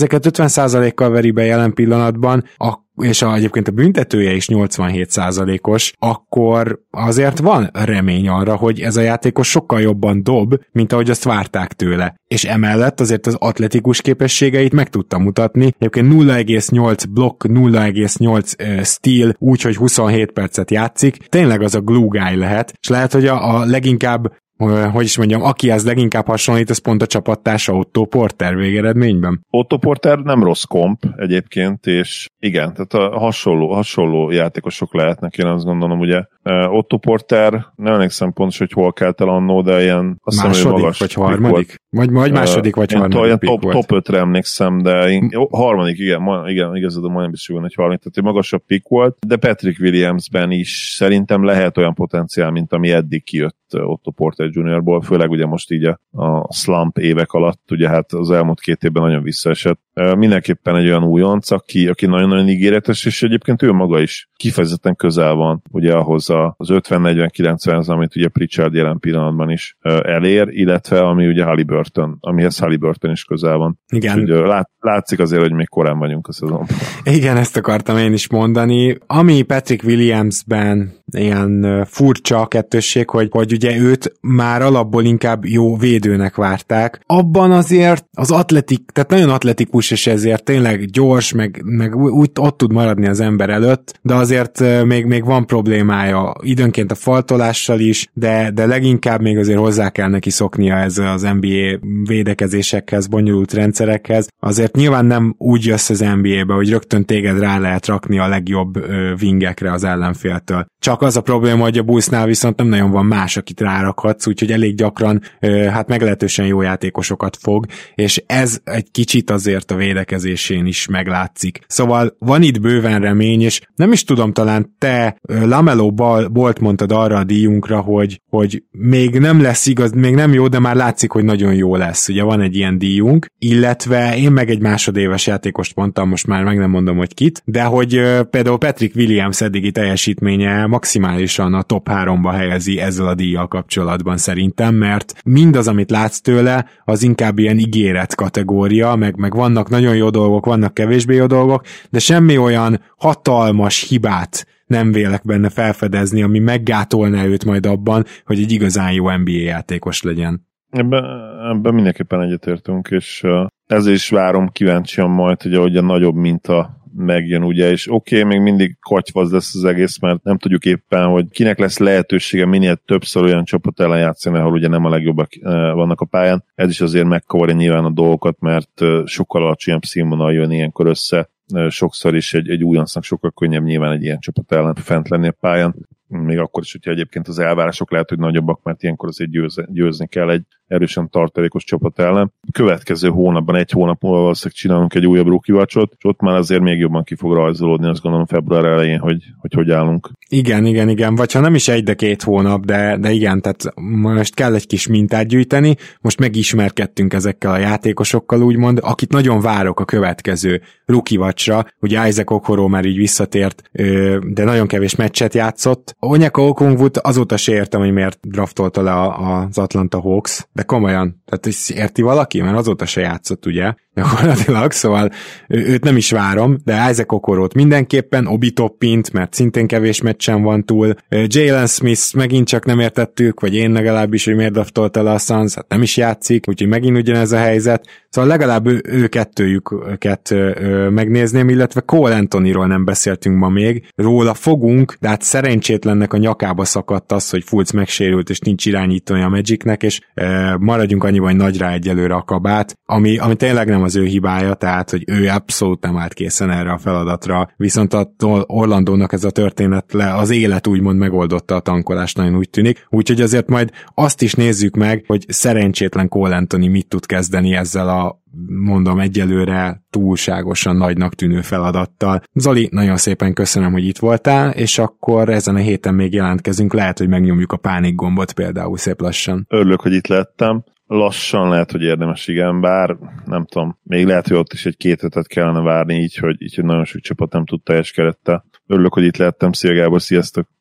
ezeket ötven százalékkal veri be jelen pillanatban, a és a, egyébként a büntetője is nyolcvanhét százalékos, akkor azért van remény arra, hogy ez a játékos sokkal jobban dob, mint ahogy azt várták tőle. És emellett azért az atletikus képességeit meg tudta mutatni. Egyébként nulla egész nyolc blokk, nulla egész nyolc uh, steal, úgyhogy huszonhét percet játszik. Tényleg az a glue guy lehet, és lehet, hogy a, a leginkább hogy is mondjam, akihez leginkább hasonlít, az pont a csapattársa Otto Porter végeredményben. Otto Porter nem rossz komp egyébként, és igen, tehát a hasonló, hasonló játékosok lehetnek, én azt gondolom, ugye. Otto Porter, nem emlékszem pontosan, hogy hol kelt el annó, de ilyen azt második magas vagy harmadik? Vagy, vagy második vagy harmadik ilyen pick top, volt. top ötre emlékszem, de én, jó, harmadik, igen, ma, igen igazad, majdnem biztos, hogy harmadik, tehát egy magasabb pick volt, de Patrick Williamsben is szerintem lehet olyan potenciál, mint ami eddig kijött Otto Porter juniorból, főleg ugye most így a, a slump évek alatt, ugye hát az elmúlt két évben nagyon visszaesett. Mindenképpen egy olyan újonc, aki, aki nagyon-nagyon ígéretes, és egyébként ő maga is kifejezetten közel van ugye ahhoz az ötven negyven kilencven, amit ugye Pritchard jelen pillanatban is elér, illetve ami ugye Haliburton, amihez Haliburton is közel van. Igen. Úgy, lát, látszik azért, hogy még korán vagyunk a szezonban. Igen, ezt akartam én is mondani. Ami Patrick Williamsben ilyen furcsa kettősség, hogy, hogy ugye őt már alapból inkább jó védőnek várták. Abban azért az atletik, tehát nagyon atletikus, és ezért tényleg gyors, meg, meg úgy ott tud maradni az ember előtt, de azért még, még van problémája időnként a faltolással is, de, de leginkább még azért hozzá kell neki szoknia ez az en bé á védekezésekhez, bonyolult rendszerekhez. Azért nyilván nem úgy jössz az en bé á-be, hogy rögtön téged rá lehet rakni a legjobb wingekre az ellenféltől. Csak az a probléma, hogy a Bullsnál viszont nem nagyon van más, akit rárakhatsz, úgyhogy elég gyakran hát meglehetősen jó játékosokat fog, és ez egy kicsit azért a védekezésén is meglátszik. Szóval van itt bőven remény, és nem is tudom, talán te Lamelo Bolt mondtad arra a díjunkra, hogy, hogy még nem lesz igaz, még nem jó, de már látszik, hogy nagyon jó lesz. Ugye van egy ilyen díjunk, illetve én meg egy másodéves játékost mondtam, most már meg nem mondom, hogy kit, de hogy például Patrick Williams eddigi teljesítménye maximálisan a top háromba helyezi ezzel a díjjal kapcsolatban szerintem, mert mindaz, amit látsz tőle, az inkább ilyen ígéret kategória, meg, meg vannak nagyon jó dolgok, vannak kevésbé jó dolgok, de semmi olyan hatalmas hibát nem vélek benne felfedezni, ami meggátolná őt majd abban, hogy egy igazán jó en bé á játékos legyen. Ebben, ebben mindenképpen egyetértünk, és ezzel is várom kíváncsian majd, hogy ahogy a nagyobb minta megjön, ugye, és oké, okay, még mindig katyvaz lesz az egész, mert nem tudjuk éppen, hogy kinek lesz lehetősége minél többször olyan csapat ellen játszani, ahol ugye nem a legjobbak vannak a pályán. Ez is azért megkavarja nyilván a dolgokat, mert sokkal alacsonyabb színvonal jön ilyenkor össze, sokszor is egy, egy újoncnak sokkal könnyebb nyilván egy ilyen csapat ellen fent lenni a pályán, még akkor is, hogyha egyébként az elvárások lehet, hogy nagyobbak, mert ilyenkor azért győzni, győzni kell egy erősen tartalékos csapat ellen. Következő hónapban, egy hónap múlva valószínűleg csinálunk egy újabb rookie watch-ot, és ott már azért még jobban ki fog rajzolódni, azt gondolom február elején, hogy hogy, hogy állunk. Igen, igen, igen, vagy ha nem is egy, de két hónap, de, de igen, tehát most kell egy kis mintát gyűjteni, most megismerkedtünk ezekkel a játékosokkal, úgymond, akit nagyon várok a következő rookie watch-ra. Ugye Isaac Okoro már így visszatért, de nagyon kevés meccset játszott. Onyeka Okongwut azóta se értem, hogy miért draftolta le az Atlanta Hawks, de komolyan, tehát érti valaki? Mert azóta se játszott, ugye? Gyakorlatilag, szóval őt nem is várom, de Isaac Okorót mindenképpen, Obi Toppint, mert szintén kevés meccsen van túl, Jalen Smith megint csak nem értettük, vagy én legalábbis, hogy miért draftolta le a Suns, hát nem is játszik, úgyhogy megint ugyanez a helyzet, szóval legalább ő, ő kettőjüket megnézném, illetve Cole Anthonyról nem beszéltünk ma még, róla fogunk, de hát szerencsétlennek a nyakába szakadt az, hogy Fultz megsérült, és nincs irányítója a Magicnek, és e, maradjunk annyiban, hogy nagy rá egyelőre a kabát, ami, ami tényleg nem az ő hibája, tehát, hogy ő abszolút nem állt készen erre a feladatra, viszont a Orlandónak ez a történet le, az élet úgymond megoldotta a tankolást, nagyon úgy tűnik, úgyhogy azért majd azt is nézzük meg, hogy szerencsétlen Cole Anthony mit tud kezdeni ezzel a mondom egyelőre túlságosan nagynak tűnő feladattal. Zoli, nagyon szépen köszönöm, hogy itt voltál, és akkor ezen a héten még jelentkezünk, lehet, hogy megnyomjuk a pánik gombot például szép lassan. Örülök, hogy itt lettem. Lassan lehet, hogy érdemes, igen, bár nem tudom, még lehet, hogy ott is egy-két hetet kellene várni így, hogy, így, hogy nagyon sok csapat nem tud teljes kerettel. Örülök, hogy itt lettem. Szia Gábor, sziasztok!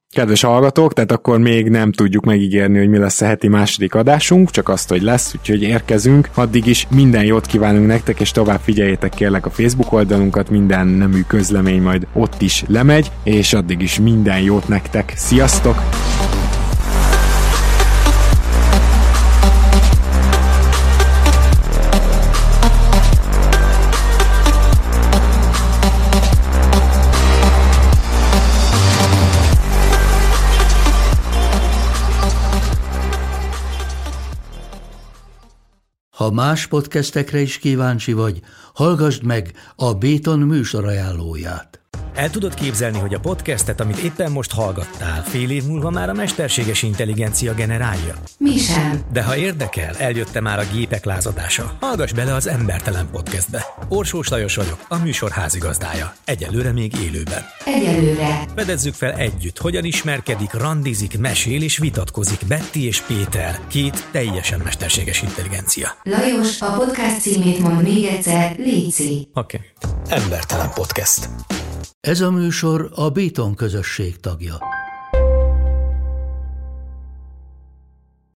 Kedves hallgatók, tehát akkor még nem tudjuk megígérni, hogy mi lesz a heti második adásunk, csak azt, hogy lesz, úgyhogy érkezünk. Addig is minden jót kívánunk nektek, és tovább figyeljétek kérlek a Facebook oldalunkat, minden nemű közlemény majd ott is lemegy, és addig is minden jót nektek. Sziasztok! Ha más podcastekre is kíváncsi vagy, hallgassd meg a Béton műsor ajánlóját. El tudod képzelni, hogy a podcastet, amit éppen most hallgattál, fél év múlva már a mesterséges intelligencia generálja? Mi sem. De ha érdekel, eljött már a gépek lázadása. Hallgass bele az Embertelen Podcastbe. Orsós Lajos vagyok, a műsor házigazdája. Egyelőre még élőben. Egyelőre. Fedezzük fel együtt, hogyan ismerkedik, randizik, mesél és vitatkozik Betty és Péter, két teljesen mesterséges intelligencia. Lajos, a podcast címét mond még egyszer, léci. Oké. Okay. Embertelen Podcast. Ez a műsor a Béton közösség tagja.